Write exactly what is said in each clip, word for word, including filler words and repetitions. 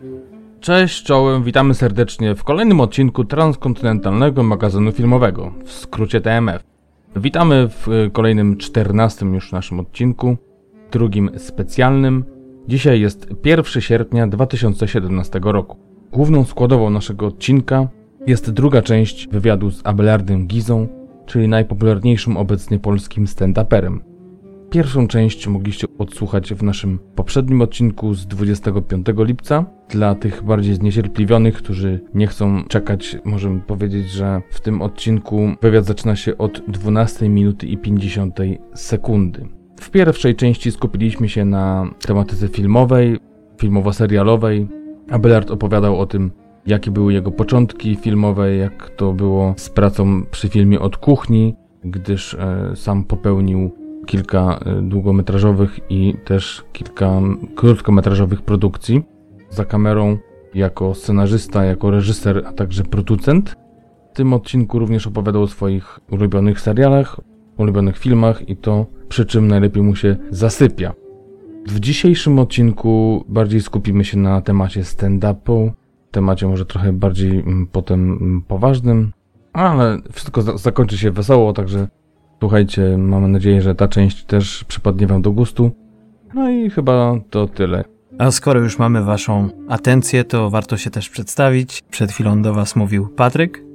Cześć, czołem, witamy serdecznie w kolejnym odcinku transkontynentalnego magazynu filmowego, w skrócie T M F. Witamy w kolejnym czternastym już naszym odcinku, drugim specjalnym. Dzisiaj jest pierwszego sierpnia dwa tysiące siedemnastego roku. Główną składową naszego odcinka jest druga część wywiadu z Abelardem Gizą, czyli najpopularniejszym obecnie polskim stand-uperem. Pierwszą część mogliście odsłuchać w naszym poprzednim odcinku z dwudziestego piątego lipca. Dla tych bardziej zniecierpliwionych, którzy nie chcą czekać, możemy powiedzieć, że w tym odcinku wywiad zaczyna się od dwunastej minuty i pięćdziesiątej sekundy. W pierwszej części skupiliśmy się na tematyce filmowej, filmowo-serialowej. Abelard opowiadał o tym, jakie były jego początki filmowe, jak to było z pracą przy filmie Od kuchni, gdyż e, sam popełnił kilka długometrażowych i też kilka krótkometrażowych produkcji za kamerą jako scenarzysta, jako reżyser, a także producent. W tym odcinku również opowiadał o swoich ulubionych serialach, ulubionych filmach i to, przy czym najlepiej mu się zasypia. W dzisiejszym odcinku bardziej skupimy się na temacie stand-upu, temacie może trochę bardziej potem poważnym, ale wszystko za- zakończy się wesoło, także słuchajcie, mamy nadzieję, że ta część też przypadnie wam do gustu. No i chyba to tyle. A skoro już mamy waszą atencję, to warto się też przedstawić. Przed chwilą do was mówił Patryk.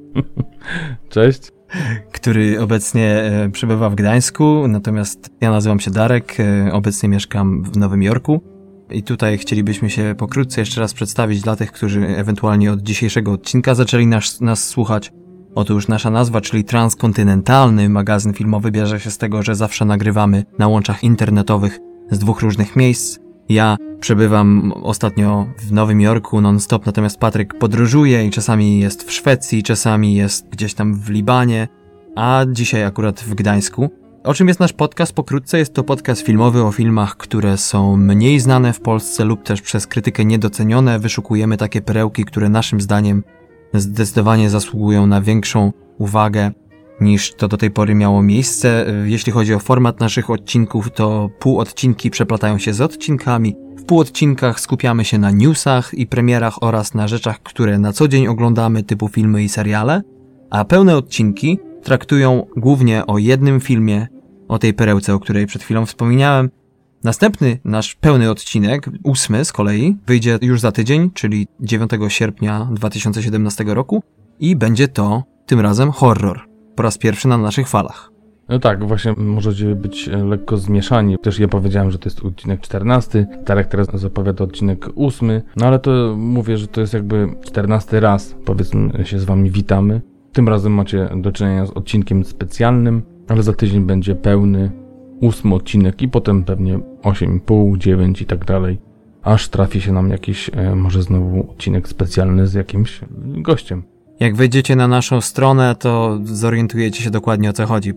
Cześć. Który obecnie e, przebywa w Gdańsku, natomiast ja nazywam się Darek, e, obecnie mieszkam w Nowym Jorku. I tutaj chcielibyśmy się pokrótce jeszcze raz przedstawić dla tych, którzy ewentualnie od dzisiejszego odcinka zaczęli nas, nas słuchać. Otóż nasza nazwa, czyli transkontynentalny magazyn filmowy, bierze się z tego, że zawsze nagrywamy na łączach internetowych z dwóch różnych miejsc. Ja przebywam ostatnio w Nowym Jorku non-stop, natomiast Patryk podróżuje i czasami jest w Szwecji, czasami jest gdzieś tam w Libanie, a dzisiaj akurat w Gdańsku. O czym jest nasz podcast? Pokrótce jest to podcast filmowy o filmach, które są mniej znane w Polsce lub też przez krytykę niedocenione. Wyszukujemy takie perełki, które naszym zdaniem zdecydowanie zasługują na większą uwagę niż to do tej pory miało miejsce. Jeśli chodzi o format naszych odcinków, to półodcinki przeplatają się z odcinkami. W półodcinkach skupiamy się na newsach i premierach oraz na rzeczach, które na co dzień oglądamy, typu filmy i seriale, a pełne odcinki traktują głównie o jednym filmie, o tej perełce, o której przed chwilą wspomniałem. Następny nasz pełny odcinek, ósmy z kolei, wyjdzie już za tydzień, czyli dziewiątego sierpnia dwa tysiące siedemnastego roku i będzie to tym razem horror. Po raz pierwszy na naszych falach. No tak, właśnie możecie być lekko zmieszani. Też ja powiedziałem, że to jest odcinek czternasty, Darek teraz zapowiada odcinek ósmy, no ale to mówię, że to jest jakby czternasty raz, powiedzmy, się z wami witamy. Tym razem macie do czynienia z odcinkiem specjalnym, ale za tydzień będzie pełny ósmy odcinek i potem pewnie osiem i pół, dziewięć i tak dalej, aż trafi się nam jakiś, e, może znowu odcinek specjalny z jakimś gościem. Jak wejdziecie na naszą stronę, to zorientujecie się dokładnie, o co chodzi.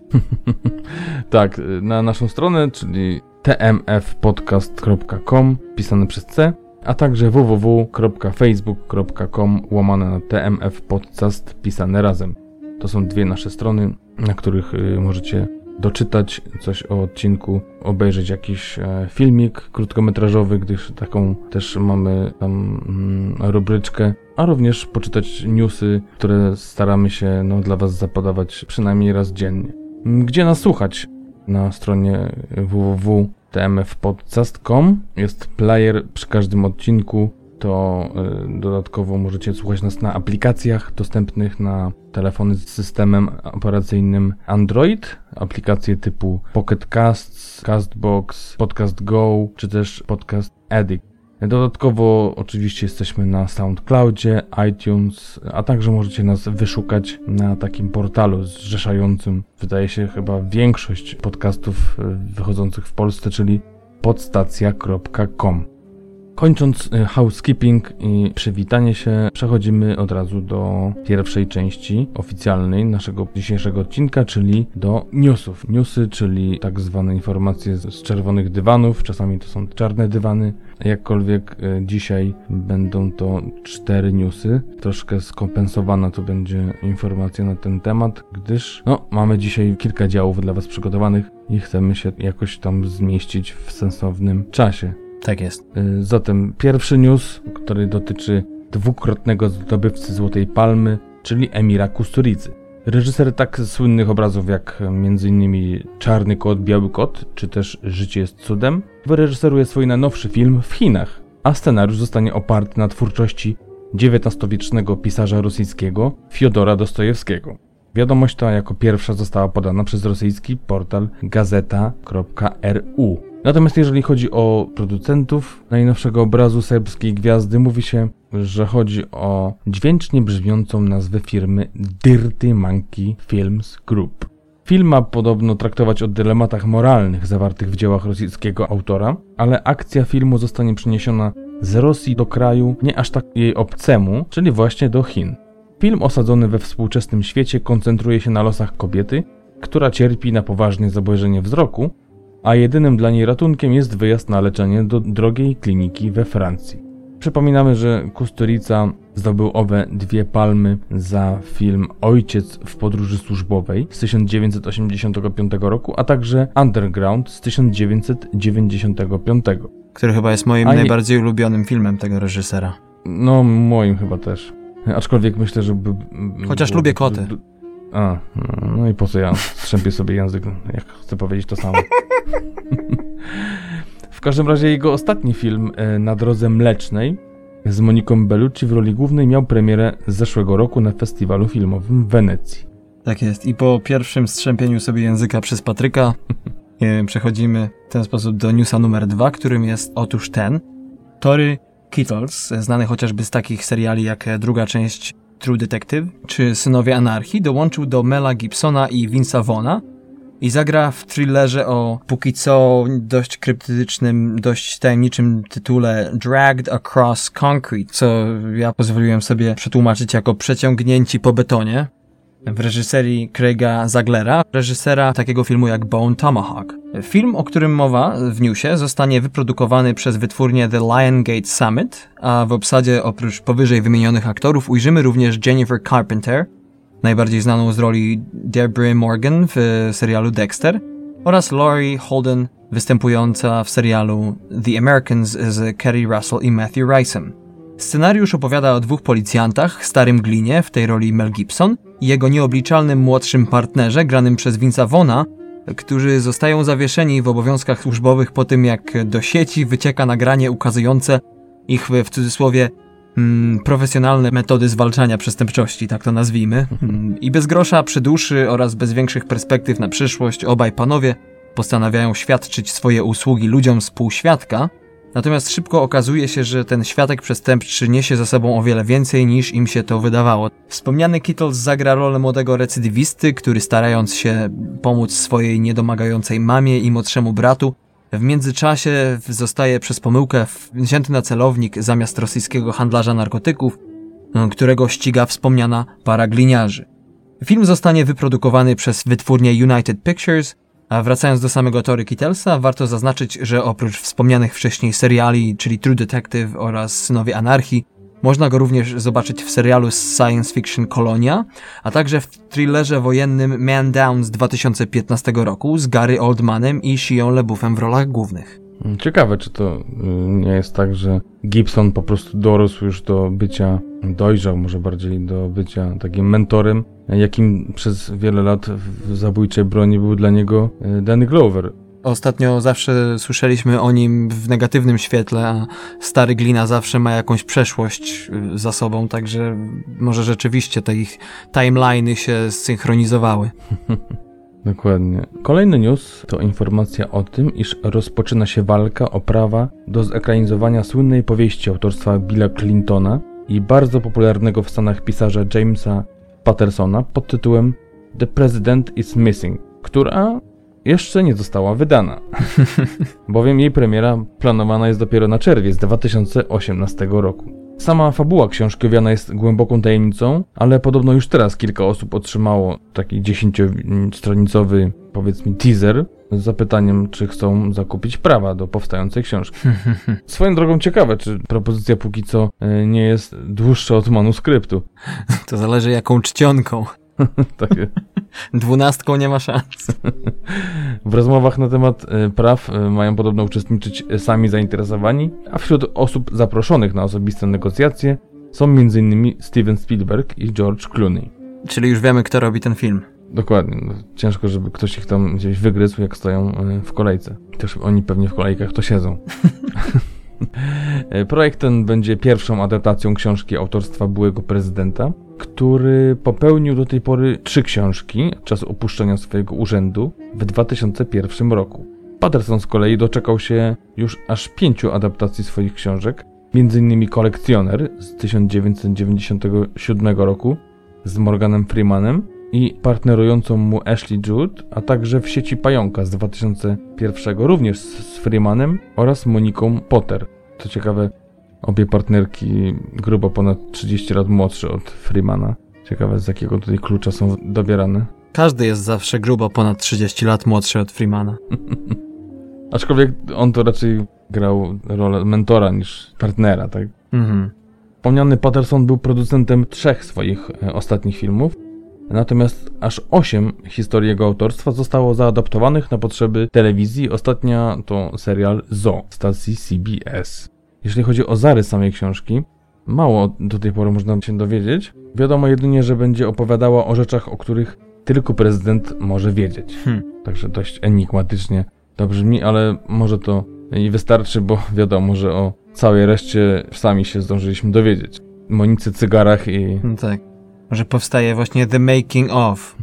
Tak, na naszą stronę, czyli t m f podcast kropka com, pisane przez C, a także w w w kropka facebook kropka com łamane na T M F podcast, pisane razem. To są dwie nasze strony, na których y, możecie doczytać coś o odcinku, obejrzeć jakiś e, filmik krótkometrażowy, gdyż taką też mamy tam mm, rubryczkę, a również poczytać newsy, które staramy się no, dla was zapodawać przynajmniej raz dziennie. Gdzie nas słuchać? Na stronie w w w kropka t m f podcast kropka com jest player przy każdym odcinku. To y, dodatkowo możecie słuchać nas na aplikacjach dostępnych na telefony z systemem operacyjnym Android. Aplikacje typu Pocket Casts, Castbox, Podcast Go czy też Podcast Addict. Dodatkowo oczywiście jesteśmy na SoundCloudzie, iTunes, a także możecie nas wyszukać na takim portalu zrzeszającym, wydaje się, chyba większość podcastów wychodzących w Polsce, czyli podstacja kropka com. Kończąc housekeeping i przywitanie się, przechodzimy od razu do pierwszej części oficjalnej naszego dzisiejszego odcinka, czyli do newsów. Newsy, czyli tak zwane informacje z czerwonych dywanów, czasami to są czarne dywany. Jakkolwiek dzisiaj będą to cztery newsy. Troszkę skompensowana to będzie informacja na ten temat, gdyż no, mamy dzisiaj kilka działów dla was przygotowanych i chcemy się jakoś tam zmieścić w sensownym czasie. Tak jest. Zatem pierwszy news, który dotyczy dwukrotnego zdobywcy Złotej Palmy, czyli Emira Kusturicy. Reżyser tak słynnych obrazów jak między innymi Czarny kot, Biały kot, czy też Życie jest cudem, wyreżyseruje swój najnowszy film w Chinach, a scenariusz zostanie oparty na twórczości dziewiętnastowiecznego pisarza rosyjskiego Fiodora Dostojewskiego. Wiadomość ta jako pierwsza została podana przez rosyjski portal gazeta kropka r u. Natomiast jeżeli chodzi o producentów najnowszego obrazu serbskiej gwiazdy, mówi się, że chodzi o dźwięcznie brzmiącą nazwę firmy Dirty Monkey Films Group. Film ma podobno traktować o dylematach moralnych zawartych w dziełach rosyjskiego autora, ale akcja filmu zostanie przeniesiona z Rosji do kraju nie aż tak jej obcemu, czyli właśnie do Chin. Film osadzony we współczesnym świecie koncentruje się na losach kobiety, która cierpi na poważne zabojrzenie wzroku, a jedynym dla niej ratunkiem jest wyjazd na leczenie do drogiej kliniki we Francji. Przypominamy, że Kusturica zdobył owe dwie palmy za film Ojciec w podróży służbowej z tysiąc dziewięćset osiemdziesiątego piątego roku, a także Underground z tysiąc dziewięćset dziewięćdziesiątego piątego. Który chyba jest moim a najbardziej je... ulubionym filmem tego reżysera. No, moim chyba też. Aczkolwiek myślę, że... By, Chociaż było, lubię koty. By, a, no, no i po co ja strzępię sobie język, jak chcę powiedzieć to samo. W każdym razie jego ostatni film Na drodze mlecznej z Moniką Bellucci w roli głównej miał premierę z zeszłego roku na festiwalu filmowym w Wenecji. Tak jest. I po pierwszym strzępieniu sobie języka przez Patryka przechodzimy w ten sposób do newsa numer dwa, którym jest otóż ten. Tory Kittles, znany chociażby z takich seriali jak druga część True Detective czy Synowie Anarchii, dołączył do Mela Gibsona i Vince'a Vaughna i zagra w thrillerze o póki co dość kryptycznym, dość tajemniczym tytule Dragged Across Concrete, co ja pozwoliłem sobie przetłumaczyć jako Przeciągnięci po betonie, w reżyserii Craiga Zaglera, reżysera takiego filmu jak Bone Tomahawk. Film, o którym mowa w newsie, zostanie wyprodukowany przez wytwórnię The Lion Gate Summit, a w obsadzie oprócz powyżej wymienionych aktorów ujrzymy również Jennifer Carpenter, najbardziej znaną z roli Debra Morgan w serialu Dexter, oraz Laurie Holden, występująca w serialu The Americans z Kerry Russell i Matthew Ricem. Scenariusz opowiada o dwóch policjantach, Starym Glinie, w tej roli Mel Gibson, i jego nieobliczalnym młodszym partnerze, granym przez Vince'a Vaughna, którzy zostają zawieszeni w obowiązkach służbowych po tym, jak do sieci wycieka nagranie ukazujące ich, w cudzysłowie, mm, profesjonalne metody zwalczania przestępczości, tak to nazwijmy. I bez grosza przy duszy oraz bez większych perspektyw na przyszłość obaj panowie postanawiają świadczyć swoje usługi ludziom z półświadka. Natomiast szybko okazuje się, że ten światek przestępczy niesie za sobą o wiele więcej niż im się to wydawało. Wspomniany Kittles zagra rolę młodego recydywisty, który starając się pomóc swojej niedomagającej mamie i młodszemu bratu, w międzyczasie zostaje przez pomyłkę wzięty na celownik zamiast rosyjskiego handlarza narkotyków, którego ściga wspomniana para gliniarzy. Film zostanie wyprodukowany przez wytwórnię United Pictures. A wracając do samego Tory Kittlesa, warto zaznaczyć, że oprócz wspomnianych wcześniej seriali, czyli True Detective oraz Synowie Anarchii, można go również zobaczyć w serialu science fiction Kolonia, a także w thrillerze wojennym Man Down z dwa tysiące piętnastego roku z Gary Oldmanem i Shią LaBeoufem w rolach głównych. Ciekawe, czy to nie jest tak, że Gibson po prostu dorósł już do bycia, dojrzał może bardziej do bycia takim mentorem, jakim przez wiele lat w Zabójczej broni był dla niego Danny Glover. Ostatnio zawsze słyszeliśmy o nim w negatywnym świetle, a Stary Glina zawsze ma jakąś przeszłość za sobą, także może rzeczywiście te ich timeline'y się zsynchronizowały. Dokładnie. Kolejny news to informacja o tym, iż rozpoczyna się walka o prawa do zekranizowania słynnej powieści autorstwa Billa Clintona i bardzo popularnego w Stanach pisarza Jamesa Pattersona pod tytułem The President is Missing, która jeszcze nie została wydana, bowiem jej premiera planowana jest dopiero na czerwiec dwa tysiące osiemnastego roku. Sama fabuła książki owiana jest głęboką tajemnicą, ale podobno już teraz kilka osób otrzymało taki dziesięciostronicowy, powiedzmy, teaser z zapytaniem, czy chcą zakupić prawa do powstającej książki. Swoją drogą ciekawe, czy propozycja póki co nie jest dłuższa od manuskryptu. To zależy jaką czcionką. Takie. Dwunastką nie ma szans. W rozmowach na temat praw mają podobno uczestniczyć sami zainteresowani, a wśród osób zaproszonych na osobiste negocjacje są m.in. Steven Spielberg i George Clooney. Czyli już wiemy, kto robi ten film. Dokładnie. No, ciężko, żeby ktoś ich tam gdzieś wygryzł, jak stoją w kolejce. Też oni pewnie w kolejkach to siedzą. Projekt ten będzie pierwszą adaptacją książki autorstwa byłego prezydenta, który popełnił do tej pory trzy książki od czasu opuszczenia swojego urzędu w dwa tysiące pierwszym roku. Patterson z kolei doczekał się już aż pięciu adaptacji swoich książek, między innymi Kolekcjoner z tysiąc dziewięćset dziewięćdziesiątego siódmego roku z Morganem Freemanem i partnerującą mu Ashley Judd, a także W sieci pająka z dwa tysiące pierwszego również z Freemanem oraz Moniką Potter. Co ciekawe, obie partnerki grubo ponad trzydzieści lat młodsze od Freemana. Ciekawe, z jakiego tutaj klucza są dobierane. Każdy jest zawsze grubo ponad trzydzieści lat młodszy od Freemana. Aczkolwiek on to raczej grał rolę mentora niż partnera, tak? Mhm. Wspomniany Patterson był producentem trzech swoich e, ostatnich filmów, natomiast aż osiem historii jego autorstwa zostało zaadaptowanych na potrzeby telewizji. Ostatnia to serial Zoo stacji C B S. Jeśli chodzi o zarys samej książki, mało do tej pory można się dowiedzieć. Wiadomo jedynie, że będzie opowiadała o rzeczach, o których tylko prezydent może wiedzieć. Hmm. Także dość enigmatycznie to brzmi, ale może to i wystarczy, bo wiadomo, że o całej reszcie sami się zdążyliśmy dowiedzieć. Monicy, cygarach i... No tak. Może powstaje właśnie The Making of.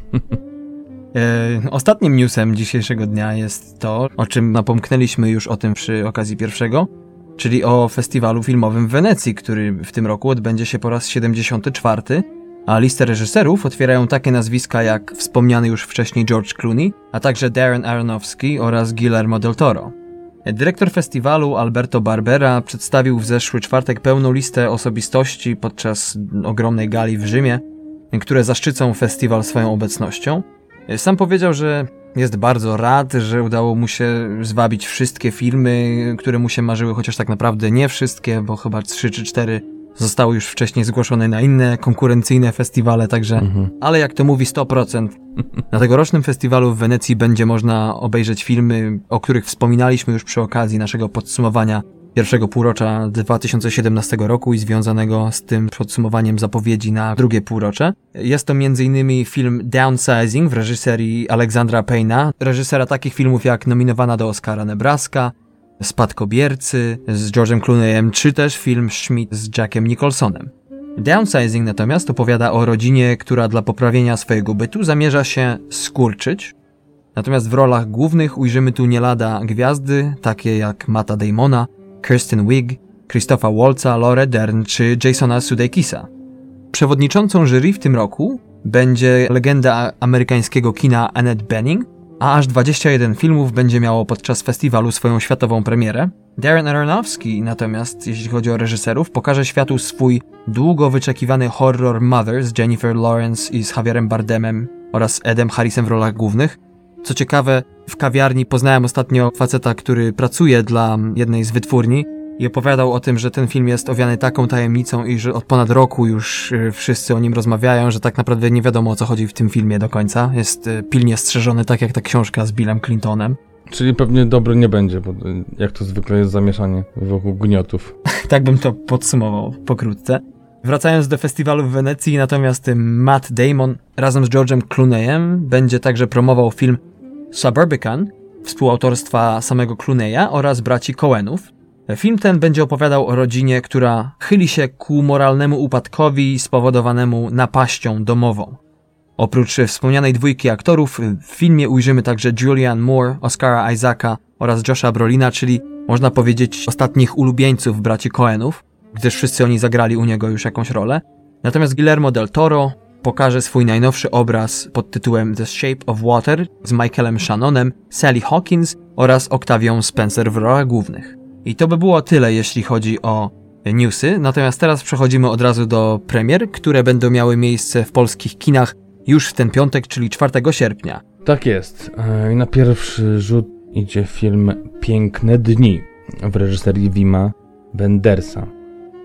e, ostatnim newsem dzisiejszego dnia jest to, o czym napomknęliśmy już o tym przy okazji pierwszego, czyli o festiwalu filmowym w Wenecji, który w tym roku odbędzie się po raz siedemdziesiąty czwarty, a listę reżyserów otwierają takie nazwiska jak wspomniany już wcześniej George Clooney, a także Darren Aronofsky oraz Guillermo del Toro. Dyrektor festiwalu Alberto Barbera przedstawił w zeszły czwartek pełną listę osobistości podczas ogromnej gali w Rzymie, które zaszczycą festiwal swoją obecnością. Sam powiedział, że jest bardzo rad, że udało mu się zwabić wszystkie filmy, które mu się marzyły, chociaż tak naprawdę nie wszystkie, bo chyba trzy czy cztery zostały już wcześniej zgłoszone na inne konkurencyjne festiwale, także, mhm. ale jak to mówi sto procent, na tegorocznym festiwalu w Wenecji będzie można obejrzeć filmy, o których wspominaliśmy już przy okazji naszego podsumowania pierwszego półrocza dwa tysiące siedemnastego roku i związanego z tym podsumowaniem zapowiedzi na drugie półrocze. Jest to między innymi film Downsizing w reżyserii Alexandra Payna, reżysera takich filmów jak nominowana do Oscara Nebraska, Spadkobiercy z George'em Clooneyem, czy też film Schmidt z Jackiem Nicholsonem. Downsizing natomiast opowiada o rodzinie, która dla poprawienia swojego bytu zamierza się skurczyć. Natomiast w rolach głównych ujrzymy tu nie lada gwiazdy, takie jak Matta Damona, Kirsten Wiig, Christopha Waltza, Laura Dern czy Jasona Sudeikisa. Przewodniczącą jury w tym roku będzie legenda amerykańskiego kina Annette Bening, a aż dwadzieścia jeden filmów będzie miało podczas festiwalu swoją światową premierę. Darren Aronofsky natomiast, jeśli chodzi o reżyserów, pokaże światu swój długo wyczekiwany horror Mother z Jennifer Lawrence i z Javierem Bardemem oraz Edem Harrisem w rolach głównych. Co ciekawe, w kawiarni poznałem ostatnio faceta, który pracuje dla jednej z wytwórni i opowiadał o tym, że ten film jest owiany taką tajemnicą i że od ponad roku już wszyscy o nim rozmawiają, że tak naprawdę nie wiadomo, o co chodzi w tym filmie do końca. Jest pilnie strzeżony, tak jak ta książka z Billem Clintonem. Czyli pewnie dobry nie będzie, bo jak to zwykle jest zamieszanie wokół gniotów. Tak bym to podsumował pokrótce. Wracając do festiwalu w Wenecji, natomiast Matt Damon razem z George'em Clooneyem będzie także promował film Suburbican, współautorstwa samego Clooney'a oraz braci Coenów. Film ten będzie opowiadał o rodzinie, która chyli się ku moralnemu upadkowi spowodowanemu napaścią domową. Oprócz wspomnianej dwójki aktorów, w filmie ujrzymy także Julianne Moore, Oscara Isaaca oraz Josha Brolina, czyli można powiedzieć ostatnich ulubieńców braci Coenów, gdyż wszyscy oni zagrali u niego już jakąś rolę. Natomiast Guillermo del Toro pokaże swój najnowszy obraz pod tytułem The Shape of Water z Michaelem Shannonem, Sally Hawkins oraz Octavią Spencer w rolach głównych. I to by było tyle, jeśli chodzi o newsy, natomiast teraz przechodzimy od razu do premier, które będą miały miejsce w polskich kinach już w ten piątek, czyli czwartego sierpnia. Tak jest. I na pierwszy rzut idzie film Piękne dni w reżyserii Wima Wendersa.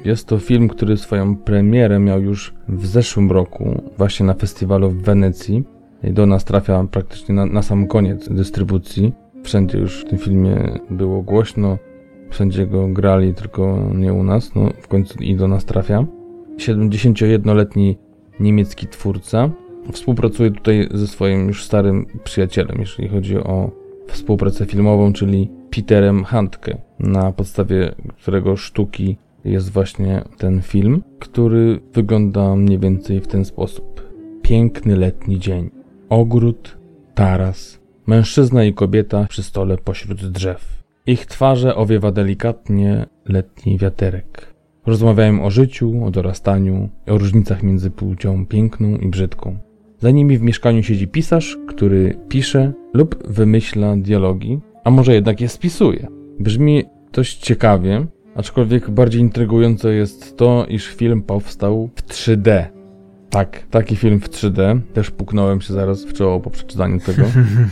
Jest to film, który swoją premierę miał już w zeszłym roku, właśnie na festiwalu w Wenecji. I do nas trafia praktycznie na, na sam koniec dystrybucji. Wszędzie już w tym filmie było głośno, wszędzie go grali, tylko nie u nas. No, w końcu i do nas trafia. siedemdziesięciojednoletni niemiecki twórca współpracuje tutaj ze swoim już starym przyjacielem, jeżeli chodzi o współpracę filmową, czyli Peterem Handke, na podstawie którego sztuki jest właśnie ten film, który wygląda mniej więcej w ten sposób. Piękny letni dzień. Ogród, taras, mężczyzna i kobieta przy stole pośród drzew. Ich twarze owiewa delikatnie letni wiaterek. Rozmawiają o życiu, o dorastaniu, o różnicach między płcią piękną i brzydką. Za nimi w mieszkaniu siedzi pisarz, który pisze lub wymyśla dialogi, a może jednak je spisuje. Brzmi dość ciekawie, aczkolwiek bardziej intrygujące jest to, iż film powstał w trzy D. Tak, taki film w trzy D. Też puknąłem się zaraz w czoło po przeczytaniu tego.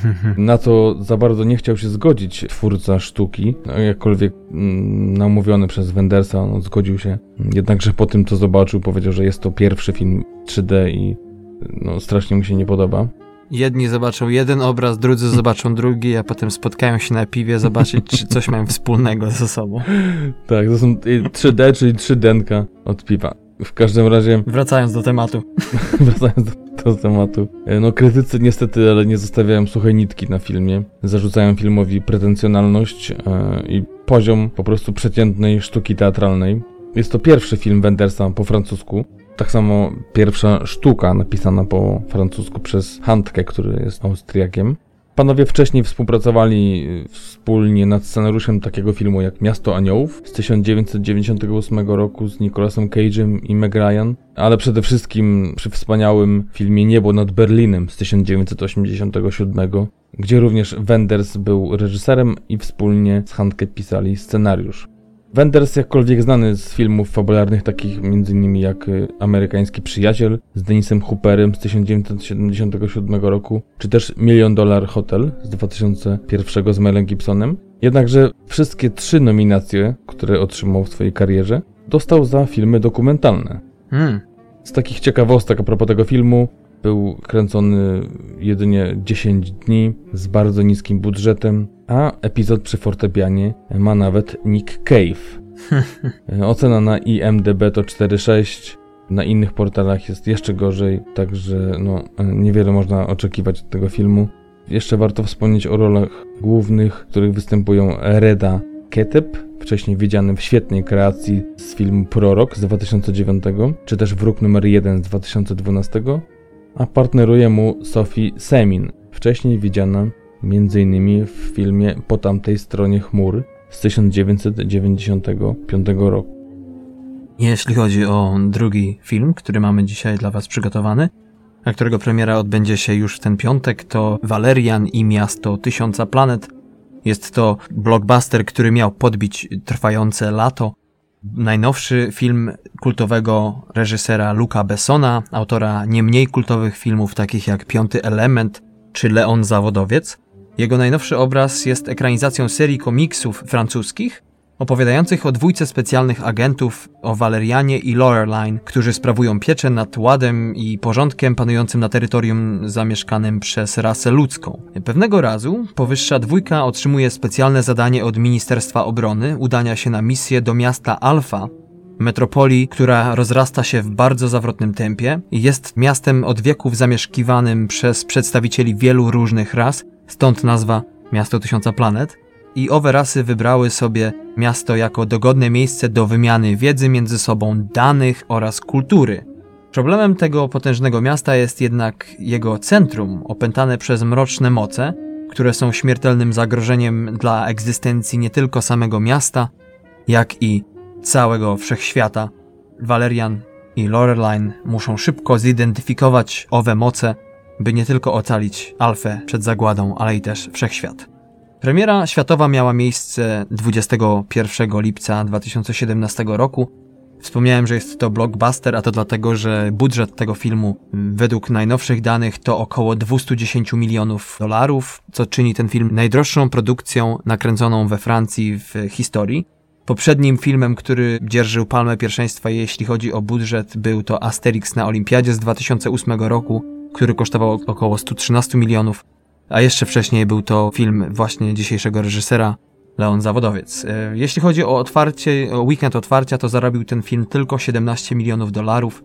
Na to za bardzo nie chciał się zgodzić twórca sztuki, no, jakkolwiek mm, namówiony przez Wendersa, no, zgodził się. Jednakże po tym, co zobaczył, powiedział, że jest to pierwszy film trzy D i no, strasznie mu się nie podoba. Jedni zobaczą jeden obraz, drudzy zobaczą drugi, a potem spotkają się na piwie, zobaczyć, czy coś mają wspólnego ze sobą. Tak, to są trzy D, czyli trzy denka od piwa. W każdym razie... Wracając do tematu. Wracając do, do tematu. No krytycy niestety, ale nie zostawiają suchej nitki na filmie. Zarzucają filmowi pretensjonalność yy, i poziom po prostu przeciętnej sztuki teatralnej. Jest to pierwszy film Wendersa po francusku. Tak samo pierwsza sztuka napisana po francusku przez Handke, który jest Austriakiem. Panowie wcześniej współpracowali wspólnie nad scenariuszem takiego filmu jak Miasto Aniołów z tysiąc dziewięćset dziewięćdziesiątego ósmego roku z Nicolasem Cage'em i Meg Ryan, ale przede wszystkim przy wspaniałym filmie Niebo nad Berlinem z tysiąc dziewięćset osiemdziesiątego siódmego, gdzie również Wenders był reżyserem i wspólnie z Handke pisali scenariusz. Wenders, jakkolwiek znany z filmów fabularnych takich m.in. jak Amerykański Przyjaciel z Dennisem Hooperem z tysiąc dziewięćset siedemdziesiątego siódmego roku, czy też Million Dollar Hotel z dwa tysiące pierwszego z Melem Gibsonem. Jednakże wszystkie trzy nominacje, które otrzymał w swojej karierze, dostał za filmy dokumentalne. Hmm. Z takich ciekawostek a propos tego filmu, był kręcony jedynie dziesięć dni z bardzo niskim budżetem, a epizod przy fortepianie ma nawet Nick Cave. Ocena na I M D B to cztery sześć, na innych portalach jest jeszcze gorzej, także no, niewiele można oczekiwać od tego filmu. Jeszcze warto wspomnieć o rolach głównych, w których występują Reda Ketep, wcześniej widziany w świetnej kreacji z filmu Prorok z dwa tysiące dziewiątego, czy też Wróg numer jeden z dwa tysiące dwunastego, a partneruje mu Sophie Semin, wcześniej widziana m.in. w filmie Po tamtej stronie chmur z tysiąc dziewięćset dziewięćdziesiątego piątego roku. Jeśli chodzi o drugi film, który mamy dzisiaj dla Was przygotowany, a którego premiera odbędzie się już w ten piątek, to Valerian i Miasto Tysiąca Planet. Jest to blockbuster, który miał podbić trwające lato. Najnowszy film kultowego reżysera Luca Bessona, autora nie mniej kultowych filmów takich jak Piąty Element czy Leon Zawodowiec. Jego najnowszy obraz jest ekranizacją serii komiksów francuskich opowiadających o dwójce specjalnych agentów, o Valerianie i Laureline, którzy sprawują pieczę nad ładem i porządkiem panującym na terytorium zamieszkanym przez rasę ludzką. Pewnego razu powyższa dwójka otrzymuje specjalne zadanie od Ministerstwa Obrony udania się na misję do miasta Alfa, metropolii, która rozrasta się w bardzo zawrotnym tempie i jest miastem od wieków zamieszkiwanym przez przedstawicieli wielu różnych ras, stąd nazwa Miasto Tysiąca Planet. I owe rasy wybrały sobie miasto jako dogodne miejsce do wymiany wiedzy między sobą, danych oraz kultury. Problemem tego potężnego miasta jest jednak jego centrum, opętane przez mroczne moce, które są śmiertelnym zagrożeniem dla egzystencji nie tylko samego miasta, jak i całego wszechświata. Valerian i Laureline muszą szybko zidentyfikować owe moce, by nie tylko ocalić Alfę przed zagładą, ale i też wszechświat. Premiera światowa miała miejsce dwudziestego pierwszego lipca dwa tysiące siedemnastego roku. Wspomniałem, że jest to blockbuster, a to dlatego, że budżet tego filmu według najnowszych danych to około dwieście dziesięć milionów dolarów, co czyni ten film najdroższą produkcją nakręconą we Francji w historii. Poprzednim filmem, który dzierżył palmę pierwszeństwa, jeśli chodzi o budżet, był to Asterix na Olimpiadzie z dwa tysiące ósmego roku, który kosztował około sto trzynaście milionów, a jeszcze wcześniej był to film właśnie dzisiejszego reżysera, Leon Zawodowiec. Jeśli chodzi o otwarcie, o weekend otwarcia, to zarobił ten film tylko siedemnaście milionów dolarów.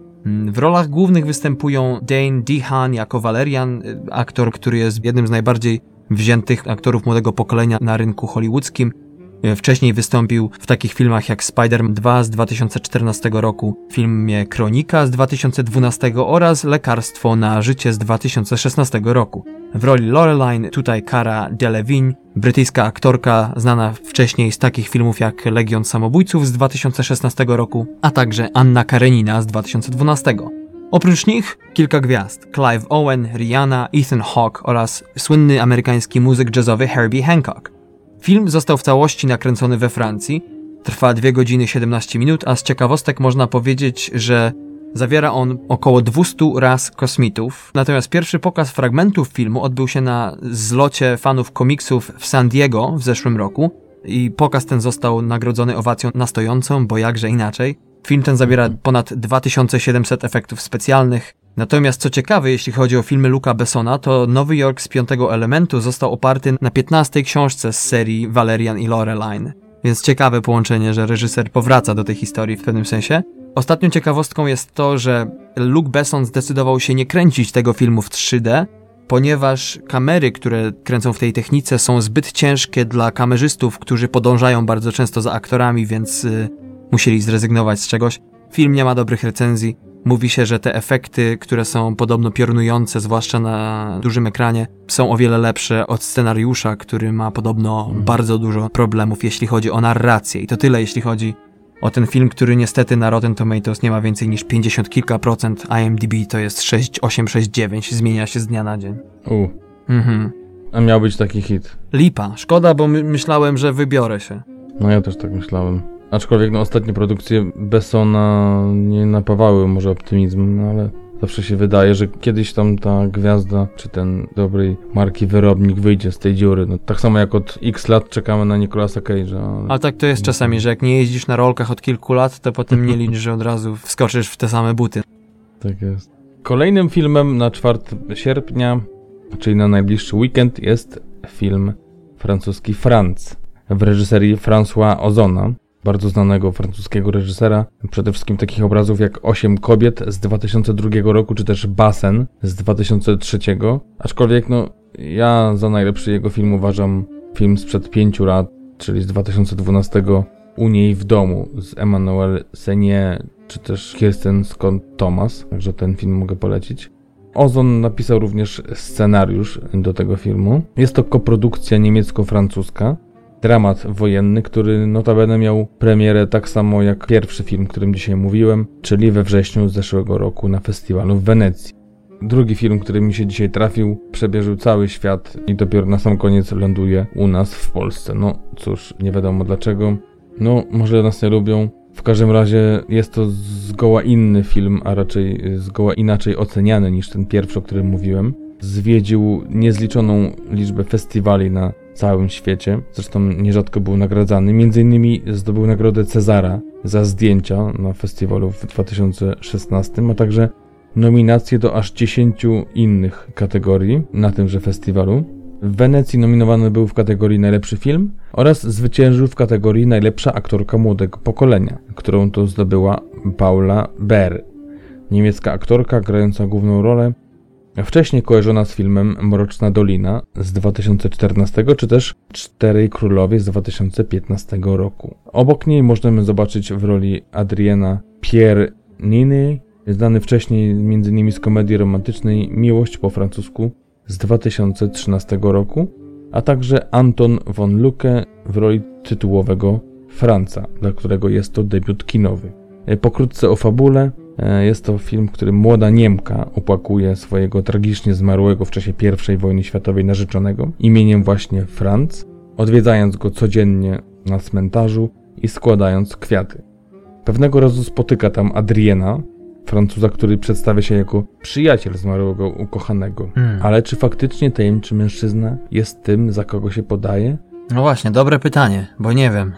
W rolach głównych występują Dane DeHaan jako Valerian, aktor, który jest jednym z najbardziej wziętych aktorów młodego pokolenia na rynku hollywoodzkim. Wcześniej wystąpił w takich filmach jak Spider-Man dwa z dwa tysiące czternastego roku, filmie Kronika z dwa tysiące dwunastego oraz Lekarstwo na życie z dwa tysiące szesnastego roku. W roli Loreline tutaj Cara Delevingne, brytyjska aktorka znana wcześniej z takich filmów jak Legion Samobójców z dwa tysiące szesnastego roku, a także Anna Karenina z dwa tysiące dwunastego. Oprócz nich kilka gwiazd: Clive Owen, Rihanna, Ethan Hawke oraz słynny amerykański muzyk jazzowy Herbie Hancock. Film został w całości nakręcony we Francji, trwa dwie godziny siedemnaście minut, a z ciekawostek można powiedzieć, że zawiera on około dwieście ras kosmitów. Natomiast pierwszy pokaz fragmentów filmu odbył się na zlocie fanów komiksów w San Diego w zeszłym roku i pokaz ten został nagrodzony owacją na stojącą, bo jakże inaczej. Film ten zawiera ponad dwa tysiące siedemset efektów specjalnych. Natomiast co ciekawe, jeśli chodzi o filmy Luca Bessona, to Nowy Jork z Piątego Elementu został oparty na piętnastej książce z serii Valerian i Loreline. Więc ciekawe połączenie, że reżyser powraca do tej historii w pewnym sensie. Ostatnią ciekawostką jest to, że Luc Besson zdecydował się nie kręcić tego filmu w trzy D, ponieważ kamery, które kręcą w tej technice, są zbyt ciężkie dla kamerzystów, którzy podążają bardzo często za aktorami, więc yy, musieli zrezygnować z czegoś. Film nie ma dobrych recenzji. Mówi się, że te efekty, które są podobno piorunujące, zwłaszcza na dużym ekranie, są o wiele lepsze od scenariusza, który ma podobno mm. bardzo dużo problemów, jeśli chodzi o narrację. I to tyle, jeśli chodzi o ten film, który niestety na Rotten Tomatoes nie ma więcej niż pięćdziesiąt kilka procent, I M D B to jest sześć osiem sześć dziewięć, zmienia się z dnia na dzień. U. Mhm. A miał być taki hit. Lipa. Szkoda, bo my- myślałem, że wybiorę się. No ja też tak myślałem. Aczkolwiek no, ostatnie produkcje Bessona nie napawały może optymizmem, no ale zawsze się wydaje, że kiedyś tam ta gwiazda, czy ten dobrej marki wyrobnik wyjdzie z tej dziury. No, tak samo jak od x lat czekamy na Nicolasa Cage'a. Ale... A tak to jest czasami, że jak nie jeździsz na rolkach od kilku lat, to potem nie licz, że od razu wskoczysz w te same buty. Tak jest. Kolejnym filmem na czwartego sierpnia, czyli na najbliższy weekend, jest film francuski Franz w reżyserii François Ozona, bardzo znanego francuskiego reżysera, przede wszystkim takich obrazów jak Osiem kobiet z dwa tysiące drugiego roku, czy też Basen z dwa tysiące trzeciego. Aczkolwiek no, ja za najlepszy jego film uważam film sprzed pięciu lat, czyli z dwa tysiące dwunastego, U niej w domu z Emmanuel Seigner, czy też Kirsten Scott Thomas, także ten film mogę polecić. Ozon napisał również scenariusz do tego filmu. Jest to koprodukcja niemiecko-francuska. Dramat wojenny, który notabene miał premierę tak samo jak pierwszy film, o którym dzisiaj mówiłem, czyli we wrześniu zeszłego roku na festiwalu w Wenecji. Drugi film, który mi się dzisiaj trafił, przebierzył cały świat i dopiero na sam koniec ląduje u nas w Polsce. No cóż, nie wiadomo dlaczego. No, może nas nie lubią. W każdym razie jest to zgoła inny film, a raczej zgoła inaczej oceniany niż ten pierwszy, o którym mówiłem. Zwiedził niezliczoną liczbę festiwali na całym świecie. Zresztą nierzadko był nagradzany. Między innymi zdobył nagrodę Cezara za zdjęcia na festiwalu w dwa tysiące szesnastym, a także nominacje do aż dziesięciu innych kategorii na tymże festiwalu. W Wenecji nominowany był w kategorii najlepszy film oraz zwyciężył w kategorii najlepsza aktorka młodego pokolenia, którą to zdobyła Paula Beer, niemiecka aktorka grająca główną rolę, wcześniej kojarzona z filmem Mroczna Dolina z dwa tysiące czternastego, czy też Czterej Królowie z dwa tysiące piętnastego roku. Obok niej możemy zobaczyć w roli Adriana Pierre Niney, znany wcześniej m.in. z komedii romantycznej Miłość po francusku z dwa tysiące trzynastego roku, a także Anton von Lucke w roli tytułowego Franza, dla którego jest to debiut kinowy. Pokrótce o fabule. Jest to film, w którym młoda Niemka opłakuje swojego tragicznie zmarłego w czasie pierwszej wojny światowej narzeczonego imieniem właśnie Franz, odwiedzając go codziennie na cmentarzu i składając kwiaty. Pewnego razu spotyka tam Adriena, Francuza, który przedstawia się jako przyjaciel zmarłego ukochanego. Hmm. Ale czy faktycznie tajemniczy mężczyzna jest tym, za kogo się podaje? No właśnie, dobre pytanie, bo nie wiem.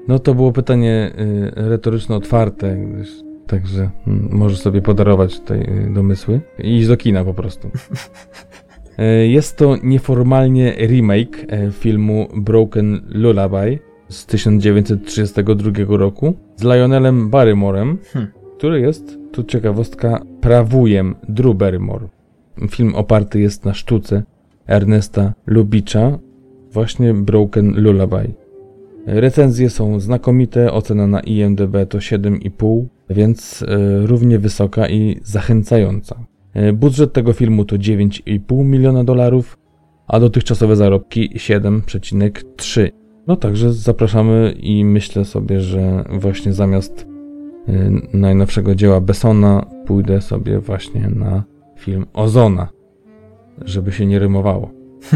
No to było pytanie y, retoryczne otwarte, gdyż, także y, możesz sobie podarować tutaj y, domysły i iść do kina po prostu. y, jest to nieformalnie remake y, filmu Broken Lullaby z tysiąc dziewięćset trzydziestego drugiego roku z Lionelem Barrymorem, hmm. który jest, tu ciekawostka, prawujem Drew Barrymore. Film oparty jest na sztuce Ernesta Lubitcha, właśnie Broken Lullaby. Recenzje są znakomite, ocena na I M D B to siedem i pół, więc y, równie wysoka i zachęcająca. Y, budżet tego filmu to dziewięć i pół miliona dolarów, a dotychczasowe zarobki siedem przecinek trzy. No także zapraszamy i myślę sobie, że właśnie zamiast y, najnowszego dzieła Bessona pójdę sobie właśnie na film Ozona, żeby się nie rymowało.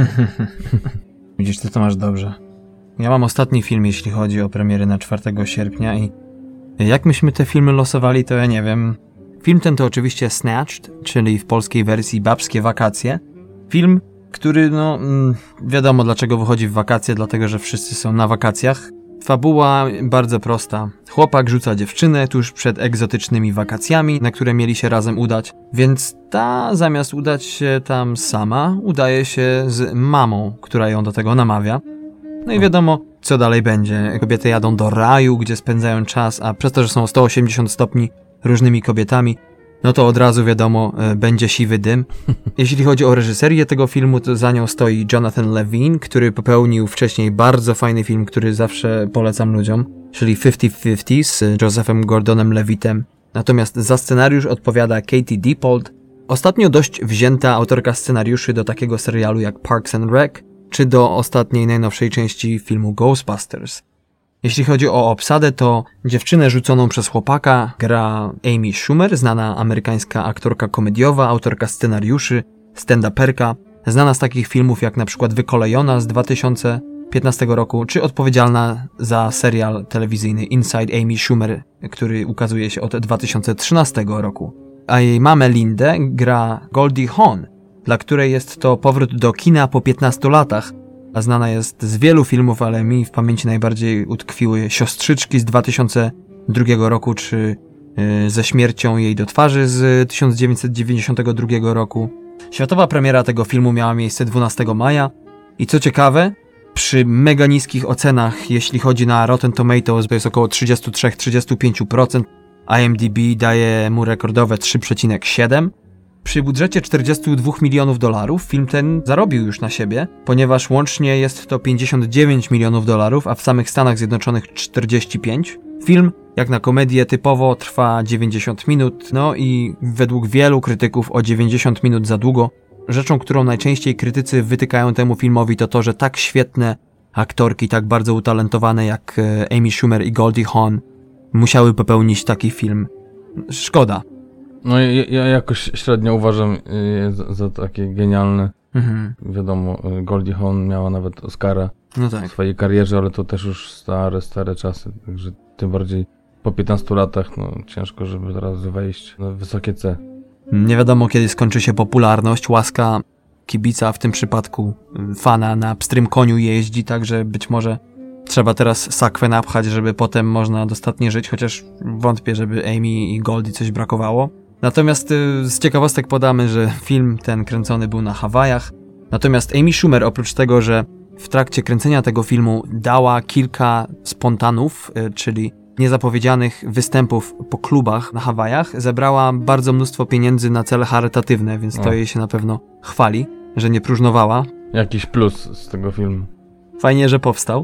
Widzisz, ty to masz dobrze. Ja mam ostatni film, jeśli chodzi o premiery na czwartego sierpnia i jak myśmy te filmy losowali, to ja nie wiem. Film ten to oczywiście Snatched, czyli w polskiej wersji Babskie wakacje. Film, który, no, wiadomo dlaczego wychodzi w wakacje, dlatego że wszyscy są na wakacjach. Fabuła bardzo prosta. Chłopak rzuca dziewczynę tuż przed egzotycznymi wakacjami, na które mieli się razem udać, więc ta zamiast udać się tam sama, udaje się z mamą, która ją do tego namawia. No i wiadomo, co dalej będzie. Kobiety jadą do raju, gdzie spędzają czas, a przez to, że są sto osiemdziesiąt stopni różnymi kobietami, no to od razu wiadomo, będzie siwy dym. Jeśli chodzi o reżyserię tego filmu, to za nią stoi Jonathan Levine, który popełnił wcześniej bardzo fajny film, który zawsze polecam ludziom, czyli pięćdziesiąt pięćdziesiąt z Josephem Gordonem-Levittem. Natomiast za scenariusz odpowiada Katie Dippold, ostatnio dość wzięta autorka scenariuszy do takiego serialu jak Parks and Rec, czy do ostatniej, najnowszej części filmu Ghostbusters. Jeśli chodzi o obsadę, to dziewczynę rzuconą przez chłopaka gra Amy Schumer, znana amerykańska aktorka komediowa, autorka scenariuszy, stand-uperka, znana z takich filmów jak na przykład Wykolejona z dwa tysiące piętnastego roku, czy odpowiedzialna za serial telewizyjny Inside Amy Schumer, który ukazuje się od dwa tysiące trzynastego roku. A jej mamę Lindę gra Goldie Hawn, dla której jest to powrót do kina po piętnastu latach, a znana jest z wielu filmów, ale mi w pamięci najbardziej utkwiły Siostrzyczki z dwa tysiące drugiego roku, czy yy, Ze śmiercią jej do twarzy z tysiąc dziewięćset dziewięćdziesiątego drugiego roku. Światowa premiera tego filmu miała miejsce dwunastego maja i co ciekawe, przy mega niskich ocenach, jeśli chodzi na Rotten Tomatoes, to jest około trzydzieści trzy do trzydziestu pięciu procent, I M D B daje mu rekordowe trzy przecinek siedem. Przy budżecie czterdziestu dwóch milionów dolarów film ten zarobił już na siebie, ponieważ łącznie jest to pięćdziesiąt dziewięć milionów dolarów, a w samych Stanach Zjednoczonych czterdzieści pięć. Film, jak na komedię typowo, trwa dziewięćdziesiąt minut, no i według wielu krytyków o dziewięćdziesiąt minut za długo. Rzeczą, którą najczęściej krytycy wytykają temu filmowi, to to, że tak świetne aktorki, tak bardzo utalentowane jak Amy Schumer i Goldie Hawn musiały popełnić taki film. Szkoda. No ja, ja jakoś średnio uważam je za, za takie genialne. Mhm. Wiadomo, Goldie Hawn miała nawet Oscara no tak. w swojej karierze, ale to też już stare, stare czasy. Także tym bardziej po piętnastu latach, no ciężko, żeby teraz wejść na wysokie C. Nie wiadomo, kiedy skończy się popularność. Łaska kibica, w tym przypadku fana, na pstrym koniu jeździ, także być może trzeba teraz sakwę napchać, żeby potem można dostatnio żyć, chociaż wątpię, żeby Amy i Goldie coś brakowało. Natomiast z ciekawostek podamy, że film ten kręcony był na Hawajach. Natomiast Amy Schumer, oprócz tego, że w trakcie kręcenia tego filmu dała kilka spontanów, czyli niezapowiedzianych występów po klubach na Hawajach, zebrała bardzo mnóstwo pieniędzy na cele charytatywne, więc o. to jej się na pewno chwali, że nie próżnowała. Jakiś plus z tego filmu. Fajnie, że powstał.